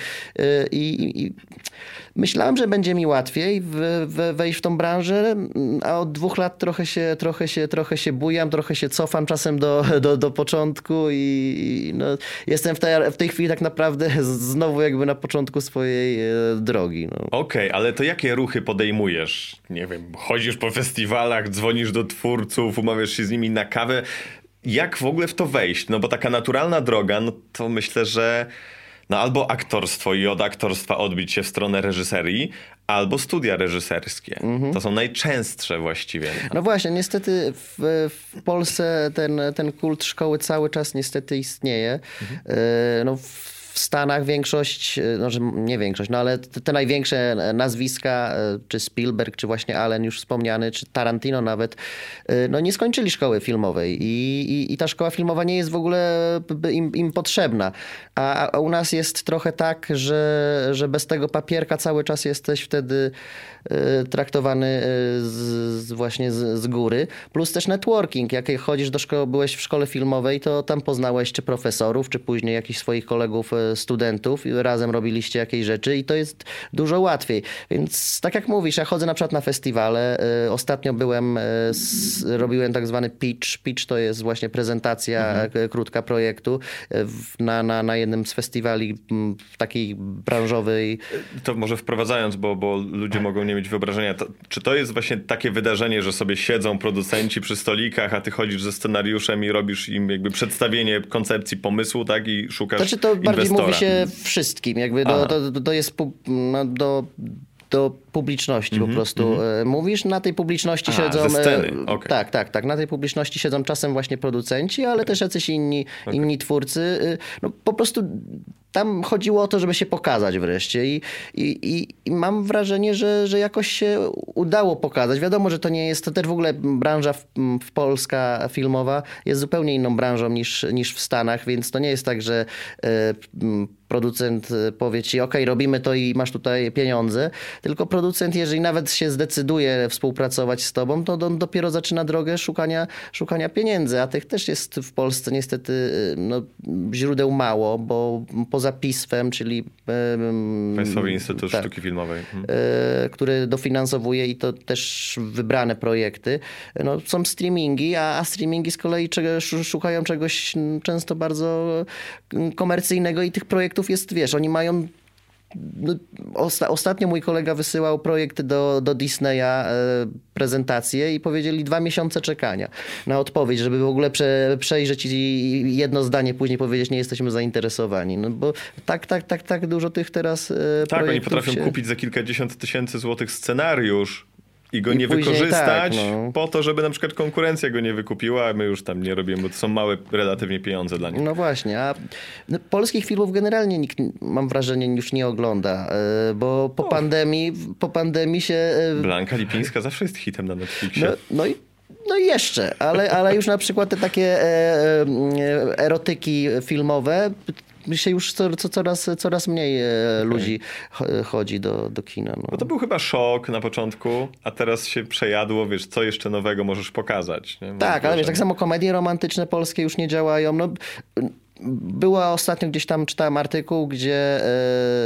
i, i myślałem, że będzie mi łatwiej w, w, wejść w tą branżę, a od dwóch lat trochę się, trochę się, trochę się bujam, trochę się cofam czasem do, do, do początku i, i no, jestem w tej, w tej chwili tak naprawdę znowu jakby na początku swojej drogi. No. Okej, okay, ale to jakie ruchy podejmujesz? Nie wiem, chodzisz po festiwalach, dzwonisz do twórców, umawiasz się z nimi na kawę. Jak w ogóle w to wejść? No bo taka naturalna droga, no to myślę, że no albo aktorstwo i od aktorstwa odbić się w stronę reżyserii, albo studia reżyserskie. Mhm. To są najczęstsze właściwie. No właśnie, niestety w, w Polsce ten, ten kult szkoły cały czas niestety istnieje. Mhm. No w W Stanach większość, no nie większość, no ale te, te największe nazwiska, czy Spielberg, czy właśnie Allen już wspomniany, czy Tarantino nawet, no nie skończyli szkoły filmowej i, i, i ta szkoła filmowa nie jest w ogóle im, im potrzebna. A, a u nas jest trochę tak, że, że bez tego papierka cały czas jesteś wtedy traktowany z, z właśnie z, z góry. Plus też networking. Jak chodzisz do szkoły, byłeś w szkole filmowej, to tam poznałeś czy profesorów, czy później jakichś swoich kolegów, studentów i razem robiliście jakieś rzeczy i to jest dużo łatwiej. Więc tak jak mówisz, ja chodzę na przykład na festiwale. Ostatnio byłem, robiłem tak zwany pitch. Pitch to jest właśnie prezentacja mhm. krótka projektu na, na, na jednym z festiwali takiej branżowej. To może wprowadzając, bo, bo ludzie mogą nie mieć wyobrażenia. To, czy to jest właśnie takie wydarzenie, że sobie siedzą producenci przy stolikach, a ty chodzisz ze scenariuszem i robisz im jakby przedstawienie koncepcji pomysłu, tak? I szukasz Znaczy to inwestora. Bardziej mówi się wszystkim. Jakby do, to, to jest no, do, do publiczności mm-hmm, po prostu mm-hmm. mówisz. Na tej publiczności Aha, siedzą... ze sceny. Okay. Tak, tak, tak. Na tej publiczności siedzą czasem właśnie producenci, ale okay. też jacyś inni, okay. inni twórcy. No, po prostu tam chodziło o to, żeby się pokazać wreszcie i, i, i mam wrażenie, że, że jakoś się udało pokazać. Wiadomo, że to nie jest, to też w ogóle branża w, w polska filmowa jest zupełnie inną branżą niż, niż w Stanach, więc to nie jest tak, że y, producent powie ci, ok, robimy to i masz tutaj pieniądze, tylko producent, jeżeli nawet się zdecyduje współpracować z tobą, to on dopiero zaczyna drogę szukania, szukania pieniędzy, a tych też jest w Polsce niestety no, źródeł mało, bo poza PISF-em, czyli Państwowy Instytut tak, Sztuki Filmowej, hmm. który dofinansowuje i to też wybrane projekty, no, są streamingi, a, a streamingi z kolei czego, szukają czegoś często bardzo komercyjnego i tych projektów jest, wiesz, oni mają... No, osta- ostatnio mój kolega wysyłał projekt do, do Disneya, e, prezentację i powiedzieli dwa miesiące czekania na odpowiedź, żeby w ogóle prze, przejrzeć i jedno zdanie później powiedzieć, nie jesteśmy zainteresowani. No bo tak, tak, tak, tak dużo tych teraz e, Tak, oni potrafią się... kupić za kilkadziesiąt tysięcy złotych scenariusz i go I nie później wykorzystać tak, no. po to, żeby na przykład konkurencja go nie wykupiła, a my już tam nie robimy, bo to są małe relatywnie pieniądze dla nich. No właśnie, a no, polskich filmów generalnie nikt, mam wrażenie, już nie ogląda, e, bo po pandemii, po pandemii się... E, Blanka Lipińska zawsze jest hitem na Netflixie. no, no i No i jeszcze, ale, ale już na przykład te takie e, e, erotyki filmowe się już co, co, coraz, coraz mniej e, okay. ludzi chodzi do, do kina. No. Bo to był chyba szok na początku, a teraz się przejadło, wiesz, co jeszcze nowego możesz pokazać. Nie? Tak, ale wiesz, tak samo komedie romantyczne polskie już nie działają. No, była ostatnio gdzieś tam, czytałem artykuł, gdzie e,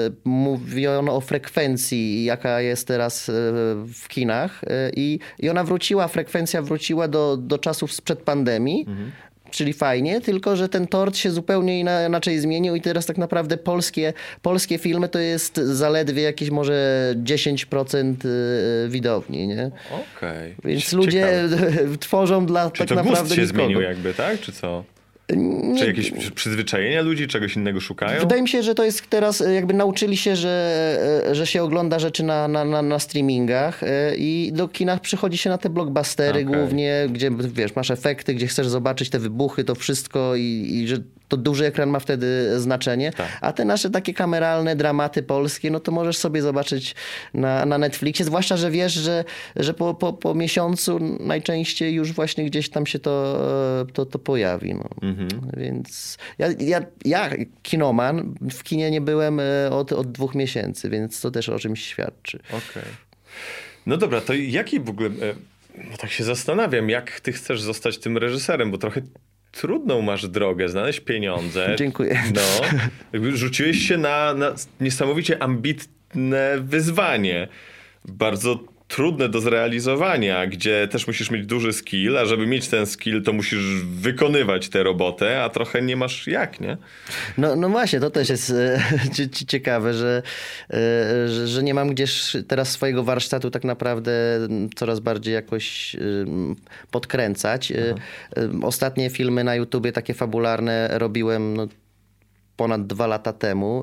mówiono o frekwencji, jaka jest teraz e, w kinach e, i, i ona wróciła, frekwencja wróciła do, do czasów sprzed pandemii. Mhm. Czyli fajnie, tylko że ten tort się zupełnie inaczej zmienił i teraz tak naprawdę polskie, polskie filmy to jest zaledwie jakieś może dziesięć procent widowni, nie? Okej. Okay. Więc ludzie ciekawe. Tworzą dla Czyli tak to naprawdę gust się nikogo. zmienił jakby, tak? Czy co? Nie. Czy jakieś przyzwyczajenia ludzi, czegoś innego szukają? Wydaje mi się, że to jest teraz, jakby nauczyli się, że, że się ogląda rzeczy na, na, na, na streamingach i do kinach przychodzi się na te blockbustery okay. głównie, gdzie wiesz, masz efekty, gdzie chcesz zobaczyć te wybuchy, to wszystko i, i że to duży ekran ma wtedy znaczenie. Tak. A te nasze takie kameralne dramaty polskie, no to możesz sobie zobaczyć na, na Netflixie, zwłaszcza, że wiesz, że, że po, po, po miesiącu najczęściej już właśnie gdzieś tam się to, to, to pojawi. No. Mhm. Więc ja, ja, ja, kinoman, w kinie nie byłem od, od dwóch miesięcy, więc to też o czymś świadczy. Okej. Okay. No dobra, to jaki w ogóle... No tak się zastanawiam, jak ty chcesz zostać tym reżyserem, bo trochę trudną masz drogę, znaleźć pieniądze. Dziękuję. No, jakby rzuciłeś się na, na niesamowicie ambitne wyzwanie. Bardzo trudne do zrealizowania, gdzie też musisz mieć duży skill, a żeby mieć ten skill, to musisz wykonywać tę robotę, a trochę nie masz jak, nie? No, no właśnie, to też jest e, ciekawe, że, e, że, że nie mam gdzieś teraz swojego warsztatu tak naprawdę coraz bardziej jakoś e, podkręcać. E, ostatnie filmy na YouTubie takie fabularne robiłem no, ponad dwa lata temu,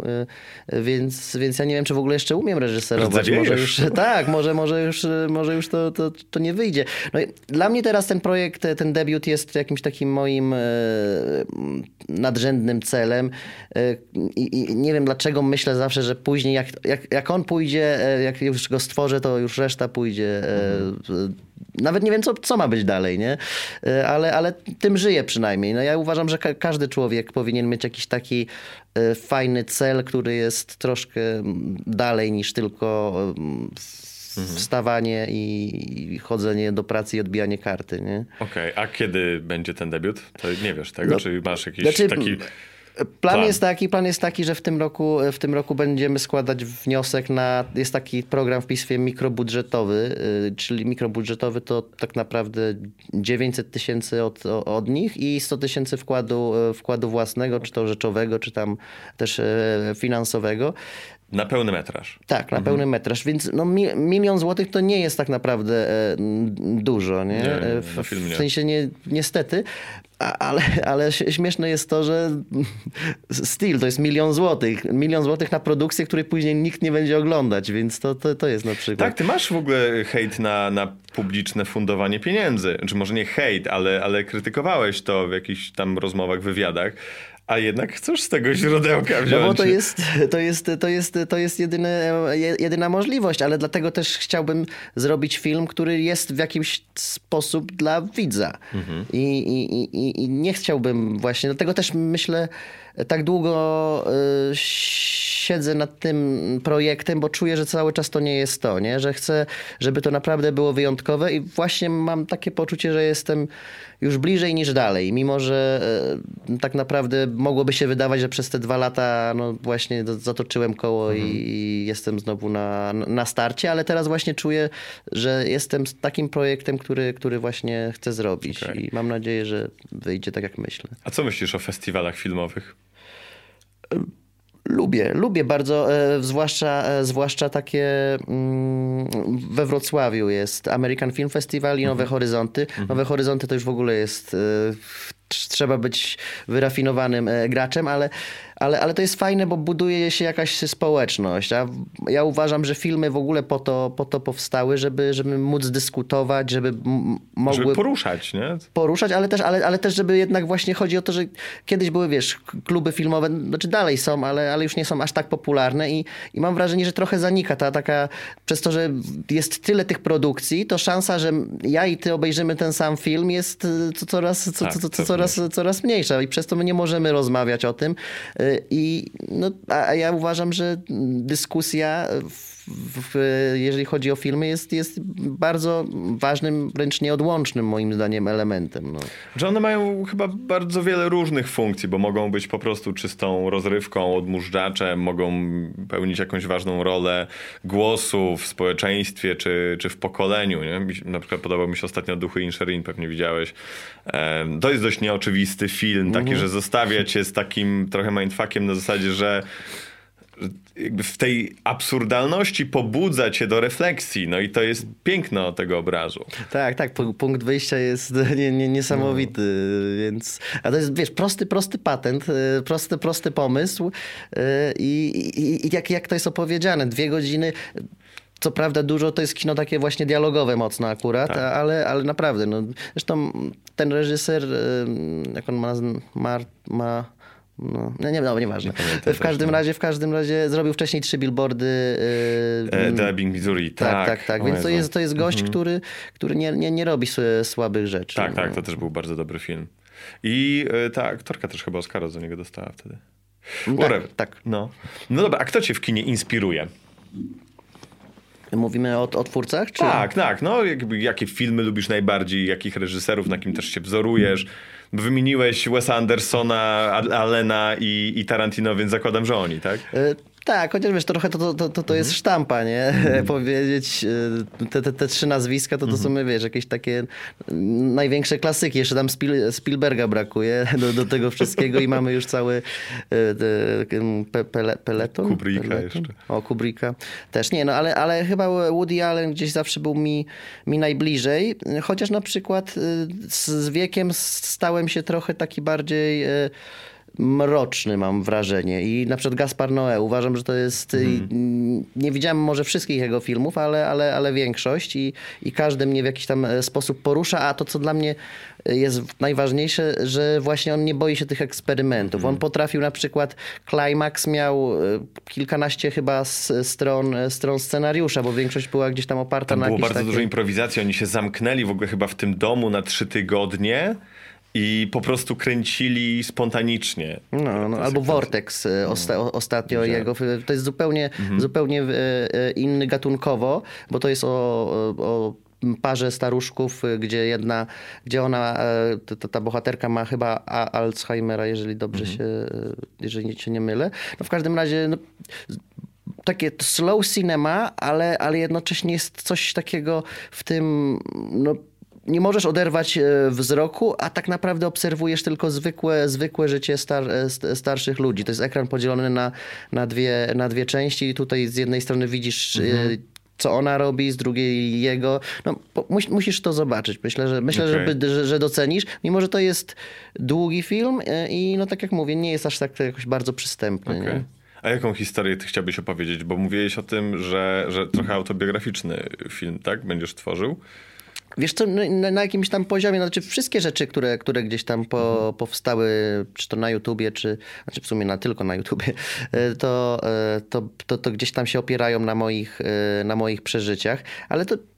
więc, więc ja nie wiem, czy w ogóle jeszcze umiem reżyserować. Może już, tak, może, może już, może już to, to, to nie wyjdzie. No i dla mnie teraz ten projekt, ten debiut jest jakimś takim moim e, nadrzędnym celem I, i nie wiem dlaczego myślę zawsze, że później jak, jak, jak on pójdzie, jak już go stworzę, to już reszta pójdzie. Mhm. Nawet nie wiem, co, co ma być dalej, nie? Ale, ale tym żyję przynajmniej. No ja uważam, że ka- każdy człowiek powinien mieć jakiś taki e, fajny cel, który jest troszkę dalej niż tylko e, mhm. wstawanie i, i chodzenie do pracy i odbijanie karty, nie? Okej, okay. A kiedy będzie ten debiut? To nie wiesz tego? No, czy masz jakiś znaczy, taki... Plan, plan jest taki, plan jest taki, że w tym roku, w tym roku będziemy składać wniosek na, jest taki program w PISF-ie mikrobudżetowy, yy, czyli mikrobudżetowy to tak naprawdę dziewięćset tysięcy od, od nich i sto tysięcy wkładu, wkładu własnego, czy to rzeczowego, czy tam też yy, finansowego. Na pełny metraż. Tak, na mhm. pełny metraż, więc no, mi, milion złotych to nie jest tak naprawdę e, dużo, nie? nie, nie w, na film nie. w sensie nie, niestety, a, ale, ale śmieszne jest to, że still to jest milion złotych. Milion złotych na produkcję, której później nikt nie będzie oglądać, więc to, to, to jest na przykład. Tak, ty masz w ogóle hejt na, na publiczne fundowanie pieniędzy. Czy może nie hejt, ale, ale krytykowałeś to w jakichś tam rozmowach, wywiadach. A jednak chcesz z tego źródełka wziąć. No bo to jest, to jest, to jest, to jest jedyne, jedyna możliwość, ale dlatego też chciałbym zrobić film, który jest w jakiś sposób dla widza. Mhm. I, i, i, I nie chciałbym właśnie, dlatego też myślę, tak długo y, siedzę nad tym projektem, bo czuję, że cały czas to nie jest to, nie? Że chcę, żeby to naprawdę było wyjątkowe i właśnie mam takie poczucie, że jestem już bliżej niż dalej, mimo że y, tak naprawdę mogłoby się wydawać, że przez te dwa lata no właśnie zatoczyłem koło mhm. i, i jestem znowu na, na starcie, ale teraz właśnie czuję, że jestem z takim projektem, który, który właśnie chcę zrobić okay. i mam nadzieję, że wyjdzie tak, jak myślę. A co myślisz o festiwalach filmowych? Lubię, lubię bardzo, e, zwłaszcza, e, zwłaszcza takie mm, we Wrocławiu jest American Film Festival i Nowe mhm. Horyzonty. Mhm. Nowe Horyzonty to już w ogóle jest, e, trzeba być wyrafinowanym e, graczem, ale, ale, ale to jest fajne, bo buduje się jakaś społeczność. A ja uważam, że filmy w ogóle po to, po to powstały, żeby, żeby móc dyskutować, żeby m- mogły... Żeby poruszać, nie? Poruszać, ale też, ale, ale też, żeby jednak właśnie chodzi o to, że kiedyś były, wiesz, kluby filmowe, znaczy dalej są, ale, ale już nie są aż tak popularne i, i mam wrażenie, że trochę zanika ta taka, przez to, że jest tyle tych produkcji, to szansa, że ja i ty obejrzymy ten sam film jest co, coraz, co, tak, co, co, coraz, coraz mniejsza i przez to my nie możemy rozmawiać o tym. I no, a ja uważam, że dyskusja w, w, jeżeli chodzi o filmy jest, jest bardzo ważnym, wręcz nieodłącznym moim zdaniem elementem. No. Że one mają chyba bardzo wiele różnych funkcji, bo mogą być po prostu czystą rozrywką, odmóżdżaczem, mogą pełnić jakąś ważną rolę głosu w społeczeństwie czy, czy w pokoleniu. Nie? Na przykład podobał mi się ostatnio Duchy Inisherin, pewnie widziałeś. To jest dość nieoczywisty film, taki, mhm. że zostawia cię z takim trochę mindfuckiem na zasadzie, że jakby w tej absurdalności pobudza cię do refleksji. No i to jest piękno tego obrazu. Tak, tak. Punkt wyjścia jest nie, nie, niesamowity. No. Więc, a to jest, wiesz, prosty, prosty patent, prosty, prosty pomysł i, i, i jak, jak to jest opowiedziane. Dwie godziny... Co prawda dużo to jest kino takie właśnie dialogowe mocno akurat, tak. ale, ale naprawdę. No, zresztą ten reżyser, jak on ma... ma, ma No, nie, nie, no, nieważne. Nie w każdym razie, w każdym razie zrobił wcześniej trzy billboardy. Yy, The Ebbing, Missouri, tak. Tak, tak, tak. Więc to jest, to jest gość, mhm. który, który nie, nie, nie robi słabych rzeczy. Tak, no. tak, to też był bardzo dobry film. I yy, ta aktorka też chyba Oscara za niego dostała wtedy. Tak, tak. No. no dobra, a kto cię w kinie inspiruje? Mówimy o, o twórcach? Czy? Tak, tak. No, jakby, jakie filmy lubisz najbardziej, jakich reżyserów, na kim też się wzorujesz? Wymieniłeś Wesa Andersona, Allena i, i Tarantino, więc zakładam, że oni, tak? Y- Tak, chociaż wiesz, trochę to, to, to, to mhm. jest sztampa, nie? Mhm. Powiedzieć te, te, te trzy nazwiska, to to są, wiesz, jakieś takie największe klasyki. Jeszcze tam Spiel, Spielberga brakuje do, do tego wszystkiego i mamy już cały pe, pele, peleton. Kubricka peleton? jeszcze. O, Kubricka też. Nie, no ale, ale chyba Woody Allen gdzieś zawsze był mi, mi najbliżej. Chociaż na przykład z, z wiekiem stałem się trochę taki bardziej... mroczny, mam wrażenie. I na przykład Gaspar Noé. Uważam, że to jest... Mhm. Nie widziałem może wszystkich jego filmów, ale, ale, ale większość i, i każdy mnie w jakiś tam sposób porusza, a to, co dla mnie jest najważniejsze, że właśnie on nie boi się tych eksperymentów. Mhm. On potrafił na przykład... Climax miał kilkanaście chyba stron, stron scenariusza, bo większość była gdzieś tam oparta tam na było jakieś bardzo takie... dużo improwizacji. Oni się zamknęli w ogóle chyba w tym domu na trzy tygodnie. I po prostu kręcili spontanicznie. No, no albo Vortex osta- ostatnio no, jego. To jest zupełnie, mhm. zupełnie inny gatunkowo, bo to jest o, o parze staruszków, gdzie jedna, gdzie ona, ta, ta bohaterka ma chyba Alzheimera, jeżeli dobrze mhm. się, jeżeli się nie mylę. No w każdym razie no, takie slow cinema, ale, ale jednocześnie jest coś takiego w tym, no nie możesz oderwać wzroku, a tak naprawdę obserwujesz tylko zwykłe, zwykłe życie star, starszych ludzi. To jest ekran podzielony na, na, dwie, na dwie części i tutaj z jednej strony widzisz mhm. co ona robi, z drugiej jego. No, mus, musisz to zobaczyć. Myślę, że, myślę okay. żeby, że, że docenisz. Mimo, że to jest długi film i no tak jak mówię, nie jest aż tak jakoś bardzo przystępny. Okay. Nie? A jaką historię ty chciałbyś opowiedzieć? Bo mówiłeś o tym, że, że trochę autobiograficzny film, tak? Będziesz tworzył? Wiesz co, na, na jakimś tam poziomie, znaczy wszystkie rzeczy, które, które gdzieś tam po, powstały, czy to na YouTubie, czy znaczy w sumie na, tylko na YouTubie, to, to, to, to gdzieś tam się opierają na moich, na moich przeżyciach, ale to...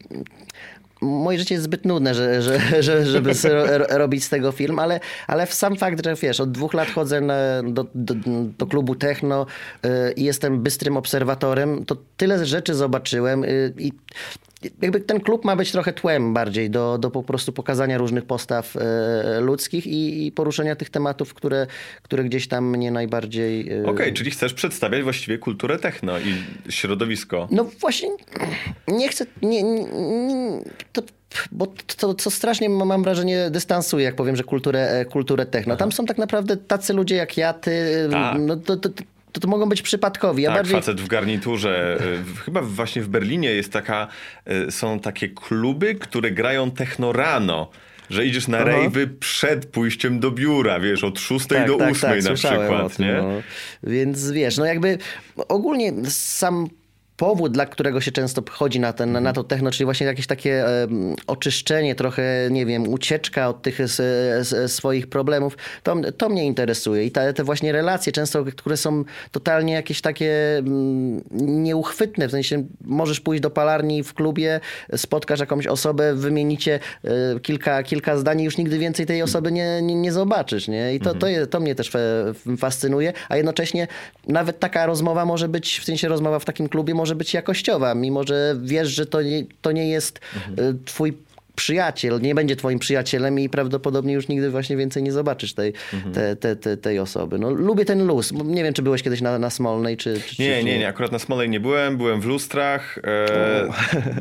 Moje życie jest zbyt nudne, że, że, że, żeby robić z tego film, ale, ale sam fakt, że wiesz, od dwóch lat chodzę na, do, do, do klubu techno i jestem bystrym obserwatorem, to tyle rzeczy zobaczyłem i jakby ten klub ma być trochę tłem bardziej do, do po prostu pokazania różnych postaw e, ludzkich i, i poruszenia tych tematów, które, które gdzieś tam mnie najbardziej... E... Okej, okay, czyli chcesz przedstawiać właściwie kulturę techno i środowisko. No właśnie, nie chcę... Nie, nie, nie, to... Bo to, co strasznie mam wrażenie dystansuje, jak powiem, że kulturę, kulturę techno. Tam są tak naprawdę tacy ludzie jak ja, ty. Tak. No to, to, to, to mogą być przypadkowi. Ja tak, bardziej... facet w garniturze. Chyba właśnie w Berlinie jest taka, są takie kluby, które grają techno rano. Że idziesz na rejwy przed pójściem do biura, wiesz, od szóstej tak, do tak, ósmej tak, na przykład, tym, nie? No. Więc wiesz, no jakby ogólnie sam powód, dla którego się często chodzi na, ten, na to techno, czyli właśnie jakieś takie um, oczyszczenie, trochę, nie wiem, ucieczka od tych s, s, swoich problemów, to, to mnie interesuje. I ta, te właśnie relacje często, które są totalnie jakieś takie um, nieuchwytne, w sensie możesz pójść do palarni w klubie, spotkasz jakąś osobę, wymienicie y, kilka, kilka zdań i już nigdy więcej tej osoby nie, nie, nie zobaczysz, nie? I to, mhm. to, je, to mnie też fascynuje, a jednocześnie nawet taka rozmowa może być, w sensie rozmowa w takim klubie może być jakościowa, mimo że wiesz, że to nie, to nie jest mhm. twój przyjaciel, nie będzie twoim przyjacielem i prawdopodobnie już nigdy właśnie więcej nie zobaczysz tej, mhm. te, te, te, tej osoby. No, lubię ten luz. Nie wiem, czy byłeś kiedyś na, na Smolnej, czy, czy... Nie, czy... nie, nie. Akurat na Smolnej nie byłem. Byłem w Lustrach. E,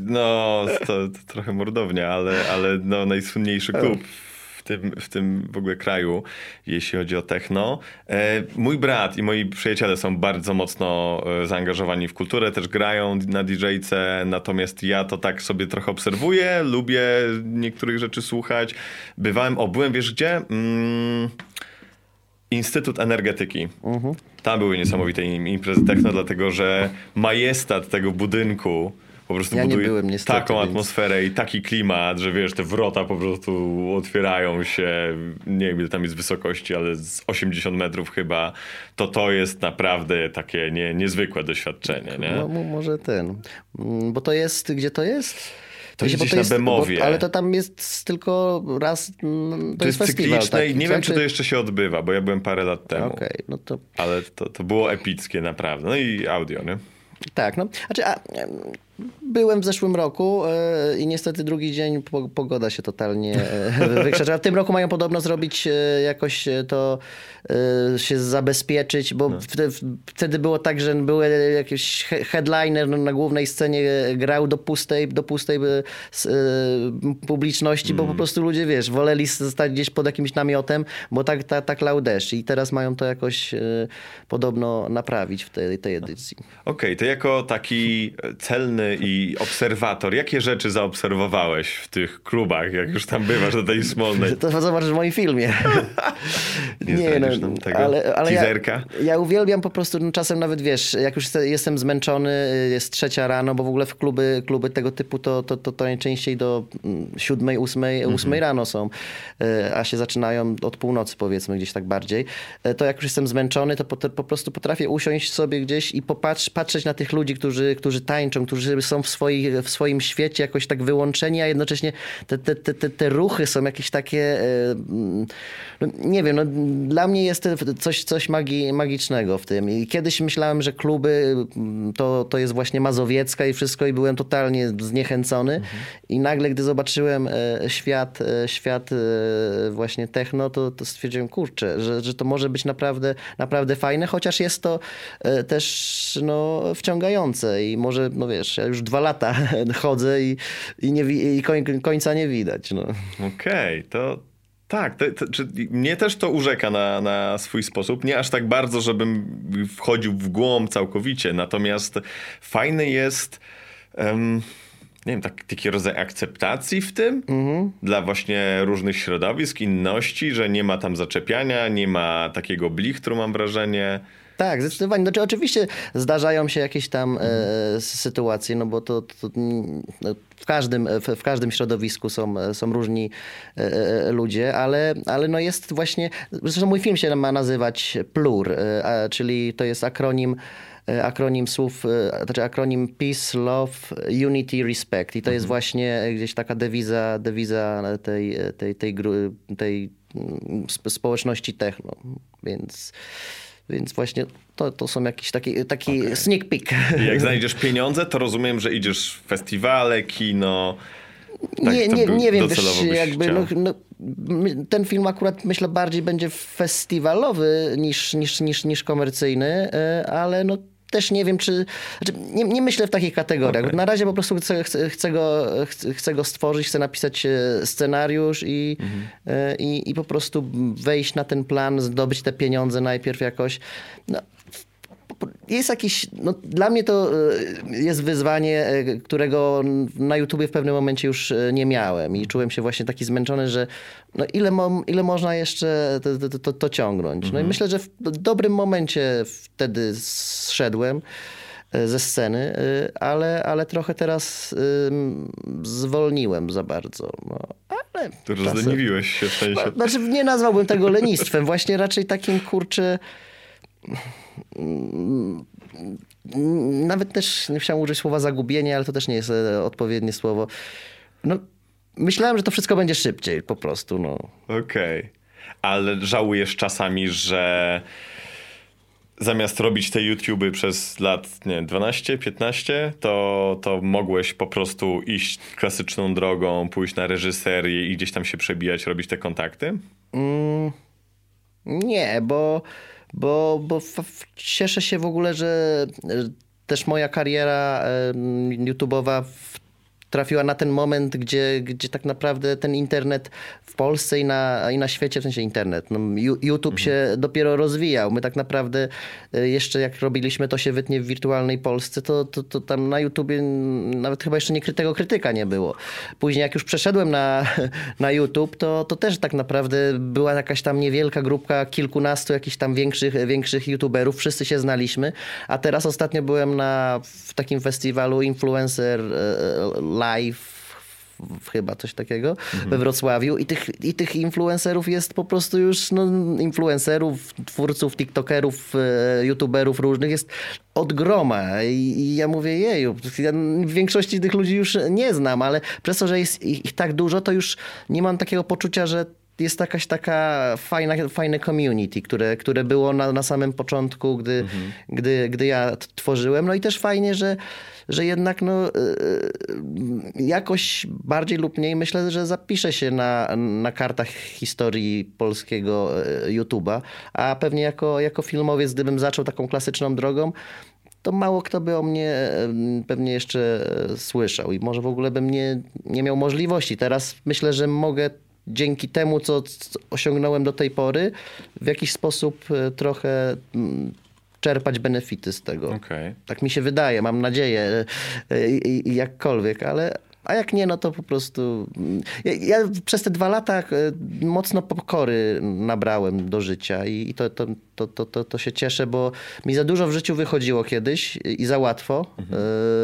no, to, to trochę mordownia, ale, ale no, najsłynniejszy klub w tym, w tym w ogóle kraju, jeśli chodzi o techno. E, mój brat i moi przyjaciele są bardzo mocno e, zaangażowani w kulturę, też grają na didżejce, natomiast ja to tak sobie trochę obserwuję, lubię niektórych rzeczy słuchać. Bywałem, o, byłem, wiesz gdzie? Mm, Instytut Energetyki. Uh-huh. Tam były niesamowite imprezy techno, dlatego że majestat tego budynku po prostu ja buduje byłem, niestety, taką więc... atmosferę i taki klimat, że wiesz, te wrota po prostu otwierają się, nie wiem ile tam jest wysokości, ale z osiemdziesiąt metrów chyba, to to jest naprawdę takie nie, niezwykłe doświadczenie, nie? No, może ten, bo to jest, gdzie to jest? To jest gdzieś to jest, na Bemowie. Bo, ale to tam jest tylko raz, to, to jest, jest cykliczne tak, i nie wiem, czy to jeszcze się odbywa, bo ja byłem parę lat temu. Okay, no to... Ale to, to było epickie naprawdę. No i audio, nie? Tak, no. Znaczy, a, byłem w zeszłym roku yy, i niestety drugi dzień po, pogoda się totalnie yy, wykrzaczyła. W tym roku mają podobno zrobić yy, jakoś to yy, się zabezpieczyć, bo no. wtedy, wtedy było tak, że były jakiś headliner na głównej scenie grał do pustej, do pustej yy, publiczności, mm. bo po prostu ludzie, wiesz, woleli stać gdzieś pod jakimś namiotem, bo tak, tak, tak lał deszcz i teraz mają to jakoś yy, podobno naprawić w tej, tej edycji. Okej, okay, to jako taki celny i obserwator, jakie rzeczy zaobserwowałeś w tych klubach, jak już tam bywasz do tej Smolnej? To zobaczysz w moim filmie. Nie, nie no, nam tego ale, ale ja, ja uwielbiam po prostu, no, czasem nawet wiesz, jak już jestem zmęczony, jest trzecia rano, bo w ogóle w kluby, kluby tego typu to, to, to, to najczęściej do siódmej, ósmej, mm-hmm. ósmej rano są, a się zaczynają od północy powiedzmy gdzieś tak bardziej. To jak już jestem zmęczony, to po, po prostu potrafię usiąść sobie gdzieś i popatrz, patrzeć na tych ludzi, którzy, którzy tańczą, którzy są w, swoich, w swoim świecie jakoś tak wyłączeni, a jednocześnie te, te, te, te ruchy są jakieś takie, no, nie wiem, no, dla mnie jest coś, coś magii, magicznego w tym. I kiedyś myślałem, że kluby to, to jest właśnie mazowiecka i wszystko i byłem totalnie zniechęcony. Mhm. I nagle, gdy zobaczyłem świat, świat właśnie techno, to, to stwierdziłem, kurczę, że, że to może być naprawdę, naprawdę fajne, chociaż jest to też no, wciągające i może, no wiesz, ja już dwa lata chodzę i, i, nie, i koń, końca nie widać. No. Okej, okay, to tak, to, to, czy, mnie też to urzeka na, na swój sposób. Nie aż tak bardzo, żebym wchodził w głąb całkowicie, natomiast fajny jest... Um, nie wiem, tak, taki rodzaj akceptacji w tym mhm. dla właśnie różnych środowisk, inności, że nie ma tam zaczepiania, nie ma takiego blichtru, mam wrażenie. Tak, zdecydowanie. Znaczy, oczywiście zdarzają się jakieś tam e, sytuacje, no bo to, to no, w, każdym, w, w każdym środowisku są, są różni e, ludzie, ale, ale no jest właśnie, zresztą mój film się ma nazywać Plur, e, a, czyli to jest akronim akronim słów, znaczy akronim Peace, Love, Unity, Respect. I to mhm. jest właśnie gdzieś taka dewiza, dewiza tej, tej, tej, tej, tej społeczności techno. Więc... Więc właśnie to, to są jakiś taki, taki okay. sneak peek. I jak znajdziesz pieniądze, to rozumiem, że idziesz w festiwale, kino. Tak, nie, nie, nie wiem, wiesz, jakby no, no, ten film akurat myślę bardziej będzie festiwalowy niż, niż, niż, niż komercyjny, ale no też nie wiem, czy... Znaczy nie, nie myślę w takich kategoriach. Okay. Na razie po prostu chcę, chcę, chcę, go, chcę, chcę go stworzyć, chcę napisać scenariusz i, mhm. i, i po prostu wejść na ten plan, zdobyć te pieniądze najpierw jakoś. No, jest jakiś... No, dla mnie to jest wyzwanie, którego na YouTubie w pewnym momencie już nie miałem i czułem się właśnie taki zmęczony, że no ile, mo, ile można jeszcze to, to, to, to ciągnąć. No mhm. i myślę, że w dobrym momencie wtedy zszedłem ze sceny, ale, ale trochę teraz zwolniłem za bardzo. No, ale to rozleniwiłeś się w sensie. No, znaczy nie nazwałbym tego lenistwem, właśnie raczej takim kurczę... Nawet też nie chciałem użyć słowa zagubienie, ale to też nie jest odpowiednie słowo. No, myślałem, że to wszystko będzie szybciej po prostu. No. Okej. Okay. Ale żałujesz czasami, że zamiast robić te YouTube'y przez lat nie, dwanaście piętnaście, to, to mogłeś po prostu iść klasyczną drogą, pójść na reżyserię i gdzieś tam się przebijać, robić te kontakty? Mm, nie, bo... Bo, bo f- f- cieszę się w ogóle, że też moja kariera YouTube'owa trafiła na ten moment, gdzie, gdzie tak naprawdę ten internet w Polsce i na, i na świecie, w sensie internet, no, YouTube mhm. się dopiero rozwijał. My tak naprawdę jeszcze jak robiliśmy To się wytnie w wirtualnej Polsce, to, to, to tam na YouTubie nawet chyba jeszcze niekrytego krytyka nie było. Później jak już przeszedłem na, na YouTube, to, to też tak naprawdę była jakaś tam niewielka grupka, kilkunastu jakichś tam większych, większych YouTuberów. Wszyscy się znaliśmy, a teraz ostatnio byłem na, w takim festiwalu Influencer Live, chyba coś takiego, mhm. we Wrocławiu i tych, i tych influencerów jest po prostu już, no, influencerów, twórców, tiktokerów, youtuberów różnych jest od groma i, i ja mówię, jeju, ja w większości tych ludzi już nie znam, ale przez to, że jest ich, ich tak dużo, to już nie mam takiego poczucia, że jest jakaś taka fajna, fajne community, które, które było na, na samym początku, gdy, mhm. gdy, gdy ja t- tworzyłem. No i też fajnie, że, że jednak no, yy, jakoś bardziej lub mniej myślę, że zapiszę się na, na kartach historii polskiego YouTube'a, a pewnie jako, jako filmowiec, gdybym zaczął taką klasyczną drogą, to mało kto by o mnie pewnie jeszcze słyszał i może w ogóle bym nie, nie miał możliwości. Teraz myślę, że mogę dzięki temu, co, co osiągnąłem do tej pory, w jakiś sposób trochę czerpać benefity z tego. Okay. Tak mi się wydaje, mam nadzieję, i, i jakkolwiek, ale a jak nie, no to po prostu... Ja, ja przez te dwa lata mocno pokory nabrałem do życia i, i to, to, to, to, to, to się cieszę, bo mi za dużo w życiu wychodziło kiedyś i za łatwo, mhm.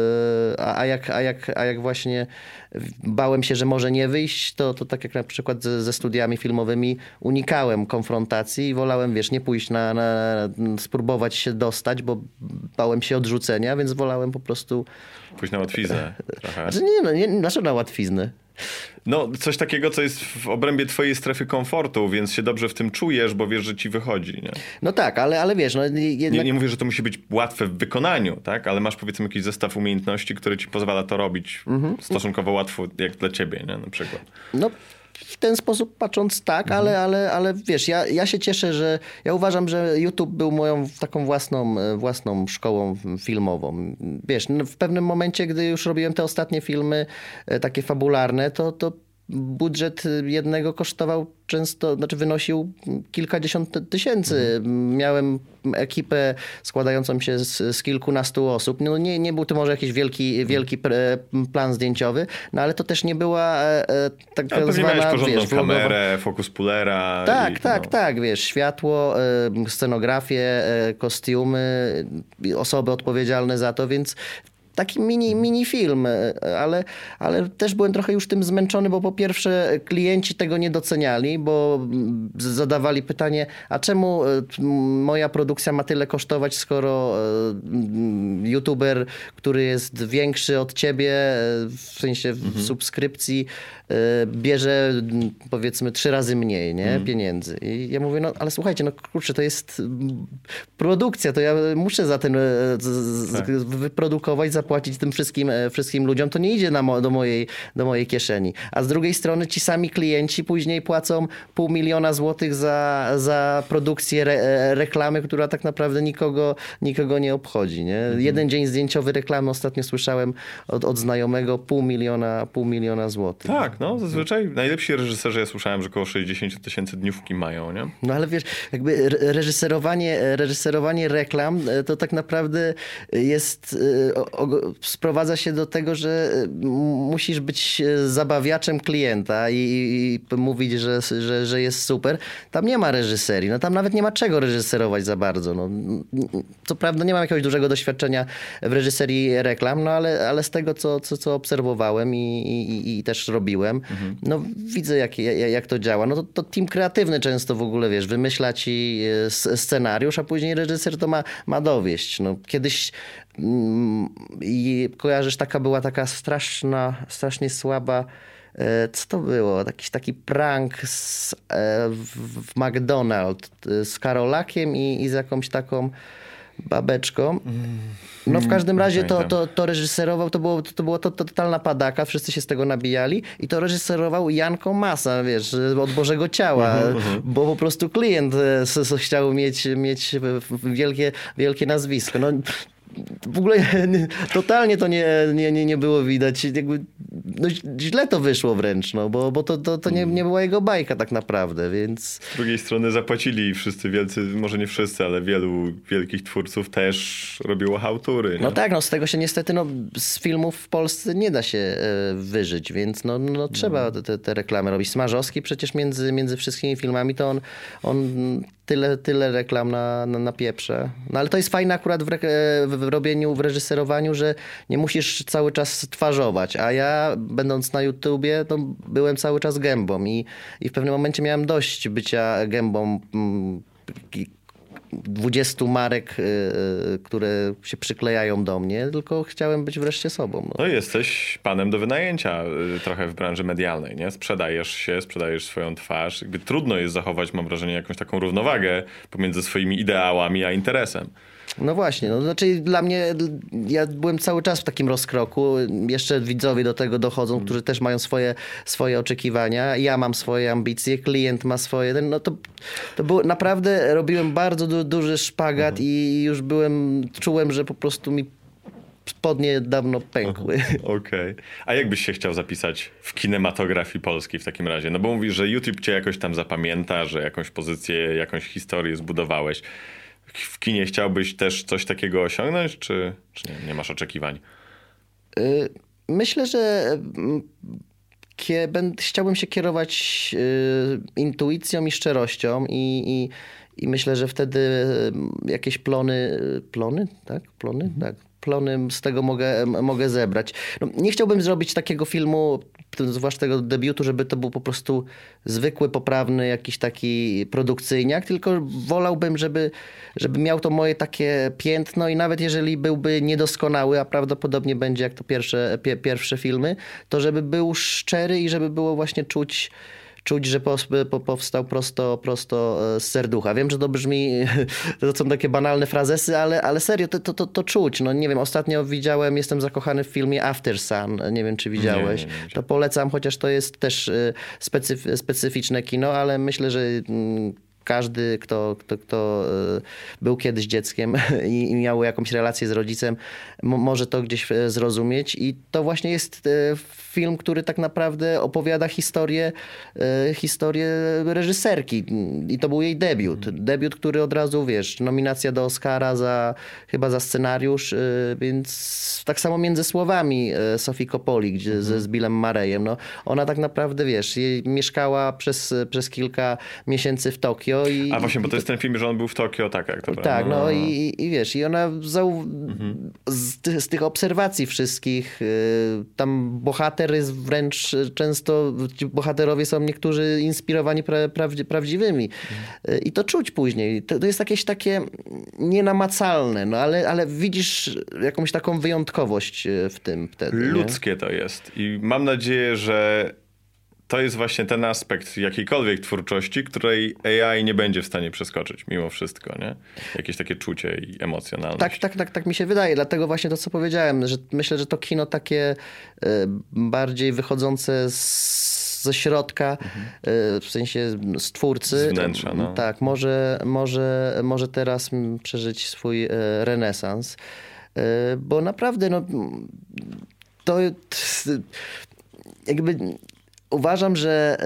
a, a, jak, a, jak, a jak właśnie bałem się, że może nie wyjść, to, to tak jak na przykład ze, ze studiami filmowymi unikałem konfrontacji i wolałem, wiesz, nie pójść na, na, spróbować się dostać, bo bałem się odrzucenia, więc wolałem po prostu... Pójść na łatwiznę trochę. Znaczy nie, no, nie, dlaczego na łatwiznę? No, coś takiego, co jest w obrębie twojej strefy komfortu, więc się dobrze w tym czujesz, bo wiesz, że ci wychodzi, nie? No tak, ale, ale wiesz... No, jednak... nie, nie mówię, że to musi być łatwe w wykonaniu, tak? Ale masz, powiedzmy, jakiś zestaw umiejętności, który ci pozwala to robić mhm. stosunkowo łatwo, jak dla ciebie, nie? Na przykład. No, w ten sposób patrząc tak, mhm. ale, ale, ale wiesz, ja, ja się cieszę, że... Ja uważam, że YouTube był moją taką własną, własną szkołą filmową. Wiesz, no, w pewnym momencie, gdy już robiłem te ostatnie filmy takie fabularne, to, to budżet jednego kosztował często, znaczy wynosił kilkadziesiąt tysięcy. Mhm. Miałem ekipę składającą się z, z kilkunastu osób. No nie, nie był to może jakiś wielki, wielki plan zdjęciowy, no ale to też nie była e, tak ale zwana, miałeś porządną wiesz, kamerę, fokus pullera. Tak, i, tak, no. tak, wiesz, światło, e, scenografię, e, kostiumy, osoby odpowiedzialne za to, więc taki mini, mini film, ale, ale też byłem trochę już tym zmęczony, bo po pierwsze klienci tego nie doceniali, bo zadawali pytanie, a czemu moja produkcja ma tyle kosztować, skoro youtuber, który jest większy od ciebie, w sensie w mhm. subskrypcji, bierze powiedzmy trzy razy mniej, nie? Mhm. pieniędzy. I ja mówię, no ale słuchajcie, no kurczę, to jest produkcja, to ja muszę za ten tak. wyprodukować, zapłacić tym wszystkim, wszystkim ludziom, to nie idzie na mo- do, mojej, do mojej kieszeni. A z drugiej strony ci sami klienci później płacą pół miliona złotych za, za produkcję re- reklamy, która tak naprawdę nikogo, nikogo nie obchodzi. Nie? Mhm. Jeden dzień zdjęciowy reklamy ostatnio słyszałem od, od znajomego pół miliona, pół miliona złotych. Tak, no zazwyczaj najlepsi reżyserzy, ja słyszałem, że około sześćdziesiąt tysięcy dniówki mają, nie? No ale wiesz, jakby reżyserowanie, reżyserowanie reklam to tak naprawdę jest, sprowadza się do tego, że musisz być zabawiaczem klienta i, i mówić, że, że, że jest super. Tam nie ma reżyserii, no tam nawet nie ma czego reżyserować za bardzo. No, co prawda nie mam jakiegoś dużego doświadczenia w reżyserii reklam, no ale, ale z tego, co, co, co obserwowałem i, i, i też robiłem, mhm. no widzę jak, jak to działa. No to, to team kreatywny często w ogóle, wiesz, wymyśla ci scenariusz, a później reżyser to ma, ma dowieść. No, kiedyś mm, i kojarzysz, taka była taka straszna, strasznie słaba, co to było? Jakiś taki prank z, w, w McDonald's z Karolakiem i, i z jakąś taką babeczką. No w każdym razie to, to, to reżyserował, to było, to było to, to totalna padaka, wszyscy się z tego nabijali i to reżyserował Janko Masa, wiesz, od Bożego Ciała, bo po prostu klient chciał mieć, mieć wielkie, wielkie nazwisko. No, w ogóle totalnie to nie, nie, nie, nie było widać. Jakby, no, źle to wyszło wręcz, no, bo, bo to, to, to nie, nie była jego bajka tak naprawdę, więc... Z drugiej strony zapłacili wszyscy wielcy, może nie wszyscy, ale wielu wielkich twórców też robiło chałtury. No tak, no z tego się niestety, no, z filmów w Polsce nie da się e, wyżyć, więc no, no trzeba no. Te, te reklamy robić. Smarzowski przecież między, między wszystkimi filmami to on, on tyle, tyle reklam na, na, na pieprze. No ale to jest fajne akurat w, re, w robieniu, w reżyserowaniu, że nie musisz cały czas twarzować, a ja będąc na YouTubie, to byłem cały czas gębą i, i w pewnym momencie miałem dość bycia gębą mm, dwudziestu marek, y, które się przyklejają do mnie, tylko chciałem być wreszcie sobą. No, no jesteś panem do wynajęcia y, trochę w branży medialnej, nie? Sprzedajesz się, sprzedajesz swoją twarz. Jakby trudno jest zachować, mam wrażenie, jakąś taką równowagę pomiędzy swoimi ideałami a interesem. No właśnie, no znaczy dla mnie, ja byłem cały czas w takim rozkroku, jeszcze widzowie do tego dochodzą, hmm. którzy też mają swoje, swoje oczekiwania, ja mam swoje ambicje, klient ma swoje, no to, to było, naprawdę robiłem bardzo du, duży szpagat hmm. i już byłem, czułem, że po prostu mi spodnie dawno pękły. Okej. Okay. A jak byś się chciał zapisać w kinematografii polskiej w takim razie? No bo mówisz, że YouTube cię jakoś tam zapamięta, że jakąś pozycję, jakąś historię zbudowałeś. W kinie chciałbyś też coś takiego osiągnąć, czy, czy nie, nie masz oczekiwań? Myślę, że kie, będę, chciałbym się kierować intuicją i szczerością i, i, i myślę, że wtedy jakieś plony, plony, tak? Plony? Mhm. Tak. Plony z tego mogę, mogę zebrać. No, nie chciałbym zrobić takiego filmu, zwłaszcza tego debiutu, żeby to był po prostu zwykły, poprawny jakiś taki produkcyjniak, tylko wolałbym, żeby, żeby miał to moje takie piętno i nawet jeżeli byłby niedoskonały, a prawdopodobnie będzie jak to pierwsze, pie, pierwsze filmy, to żeby był szczery i żeby było właśnie czuć Czuć, że po, po, powstał prosto, prosto z serducha. Wiem, że to brzmi, to są takie banalne frazesy, ale, ale serio, to, to, to, to czuć. No nie wiem, ostatnio widziałem, jestem zakochany w filmie After Sun. Nie wiem, czy widziałeś. Nie, nie, nie, nie. To polecam, chociaż to jest też specyf- specyficzne kino, ale myślę, że każdy, kto, kto, kto był kiedyś dzieckiem i, i miał jakąś relację z rodzicem, m- może to gdzieś zrozumieć. I to właśnie jest film, który tak naprawdę opowiada historię, historię reżyserki. I to był jej debiut. Debiut, który od razu, wiesz, nominacja do Oscara za, chyba za scenariusz, więc tak samo między słowami Sofii Coppoli, gdzie mm. z, z Billem Murrayem. No, ona tak naprawdę, wiesz, mieszkała przez, przez kilka miesięcy w Tokio. I, A właśnie, bo i to jest ten film, że on był w Tokio, tak jak to Tak, no, no i, i wiesz, i ona zau... mhm. z, ty, z tych obserwacji wszystkich, y, tam bohater jest wręcz często, ci bohaterowie są niektórzy inspirowani pra, prawdzi, prawdziwymi. Mhm. Y, I to czuć później. To, to jest jakieś takie nienamacalne, no ale, ale widzisz jakąś taką wyjątkowość w tym wtedy. Ludzkie nie? to jest. I mam nadzieję, że to jest właśnie ten aspekt jakiejkolwiek twórczości, której A I nie będzie w stanie przeskoczyć mimo wszystko, nie? Jakieś takie czucie i emocjonalność. Tak, tak, tak, tak mi się wydaje. Dlatego właśnie to, co powiedziałem, że myślę, że to kino takie y, bardziej wychodzące z, ze środka, mhm. y, w sensie z twórcy. Z wnętrza, no. Tak, może, może, może teraz przeżyć swój y, renesans. Y, bo naprawdę, no, to jakby... Uważam, że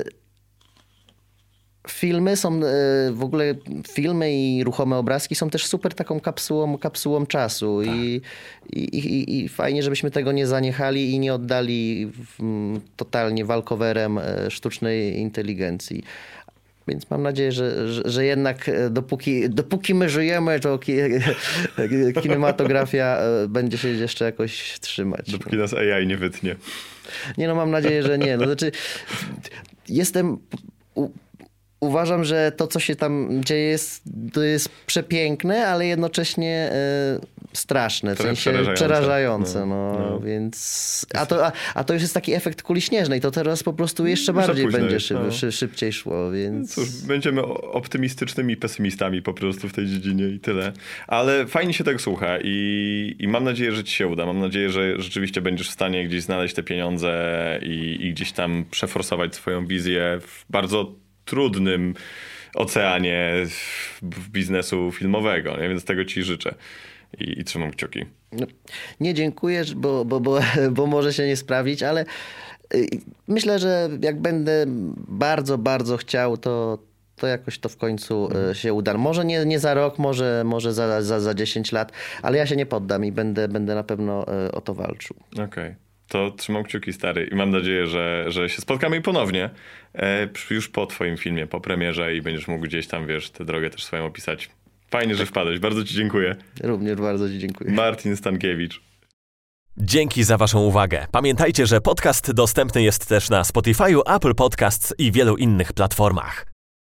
y, filmy są, y, w ogóle filmy i ruchome obrazki są też super taką kapsułą, kapsułą czasu. Tak. I, i, i, I fajnie, żebyśmy tego nie zaniechali i nie oddali w, m, totalnie walkowerem y, sztucznej inteligencji. Więc mam nadzieję, że, że, że jednak dopóki, dopóki my żyjemy, to ki, kinematografia będzie się jeszcze jakoś trzymać. Dopóki nas A I nie wytnie. Nie no, mam nadzieję, że nie. No, znaczy, jestem... U, uważam, że to, co się tam dzieje, jest, to jest przepiękne, ale jednocześnie y, straszne, w sensie przerażające. przerażające no, no, no. Więc, a, to, a, a to już jest taki efekt kuli śnieżnej, to teraz po prostu jeszcze bardziej będzie szyb, no. szy, szybciej szło, więc... Cóż, będziemy optymistycznymi pesymistami po prostu w tej dziedzinie i tyle. Ale fajnie się tak słucha i, i mam nadzieję, że ci się uda. Mam nadzieję, że rzeczywiście będziesz w stanie gdzieś znaleźć te pieniądze i, i gdzieś tam przeforsować swoją wizję w bardzo trudnym oceanie biznesu filmowego, nie? Więc tego ci życzę i, i trzymam kciuki. No, nie dziękuję, bo, bo, bo, bo może się nie sprawdzić, ale myślę, że jak będę bardzo, bardzo chciał, to, to jakoś to w końcu hmm. się uda. Może nie, nie za rok, może, może za, za, za dziesięć lat, ale ja się nie poddam i będę, będę na pewno o to walczył. Okej. Okay. To trzymam kciuki, stary, i mam nadzieję, że, że się spotkamy i ponownie e, już po twoim filmie, po premierze i będziesz mógł gdzieś tam, wiesz, tę drogę też swoją opisać. Fajnie, że wpadłeś. Bardzo ci dziękuję. Również bardzo ci dziękuję. Martin Stankiewicz. Dzięki za waszą uwagę. Pamiętajcie, że podcast dostępny jest też na Spotify'u, Apple Podcasts i wielu innych platformach.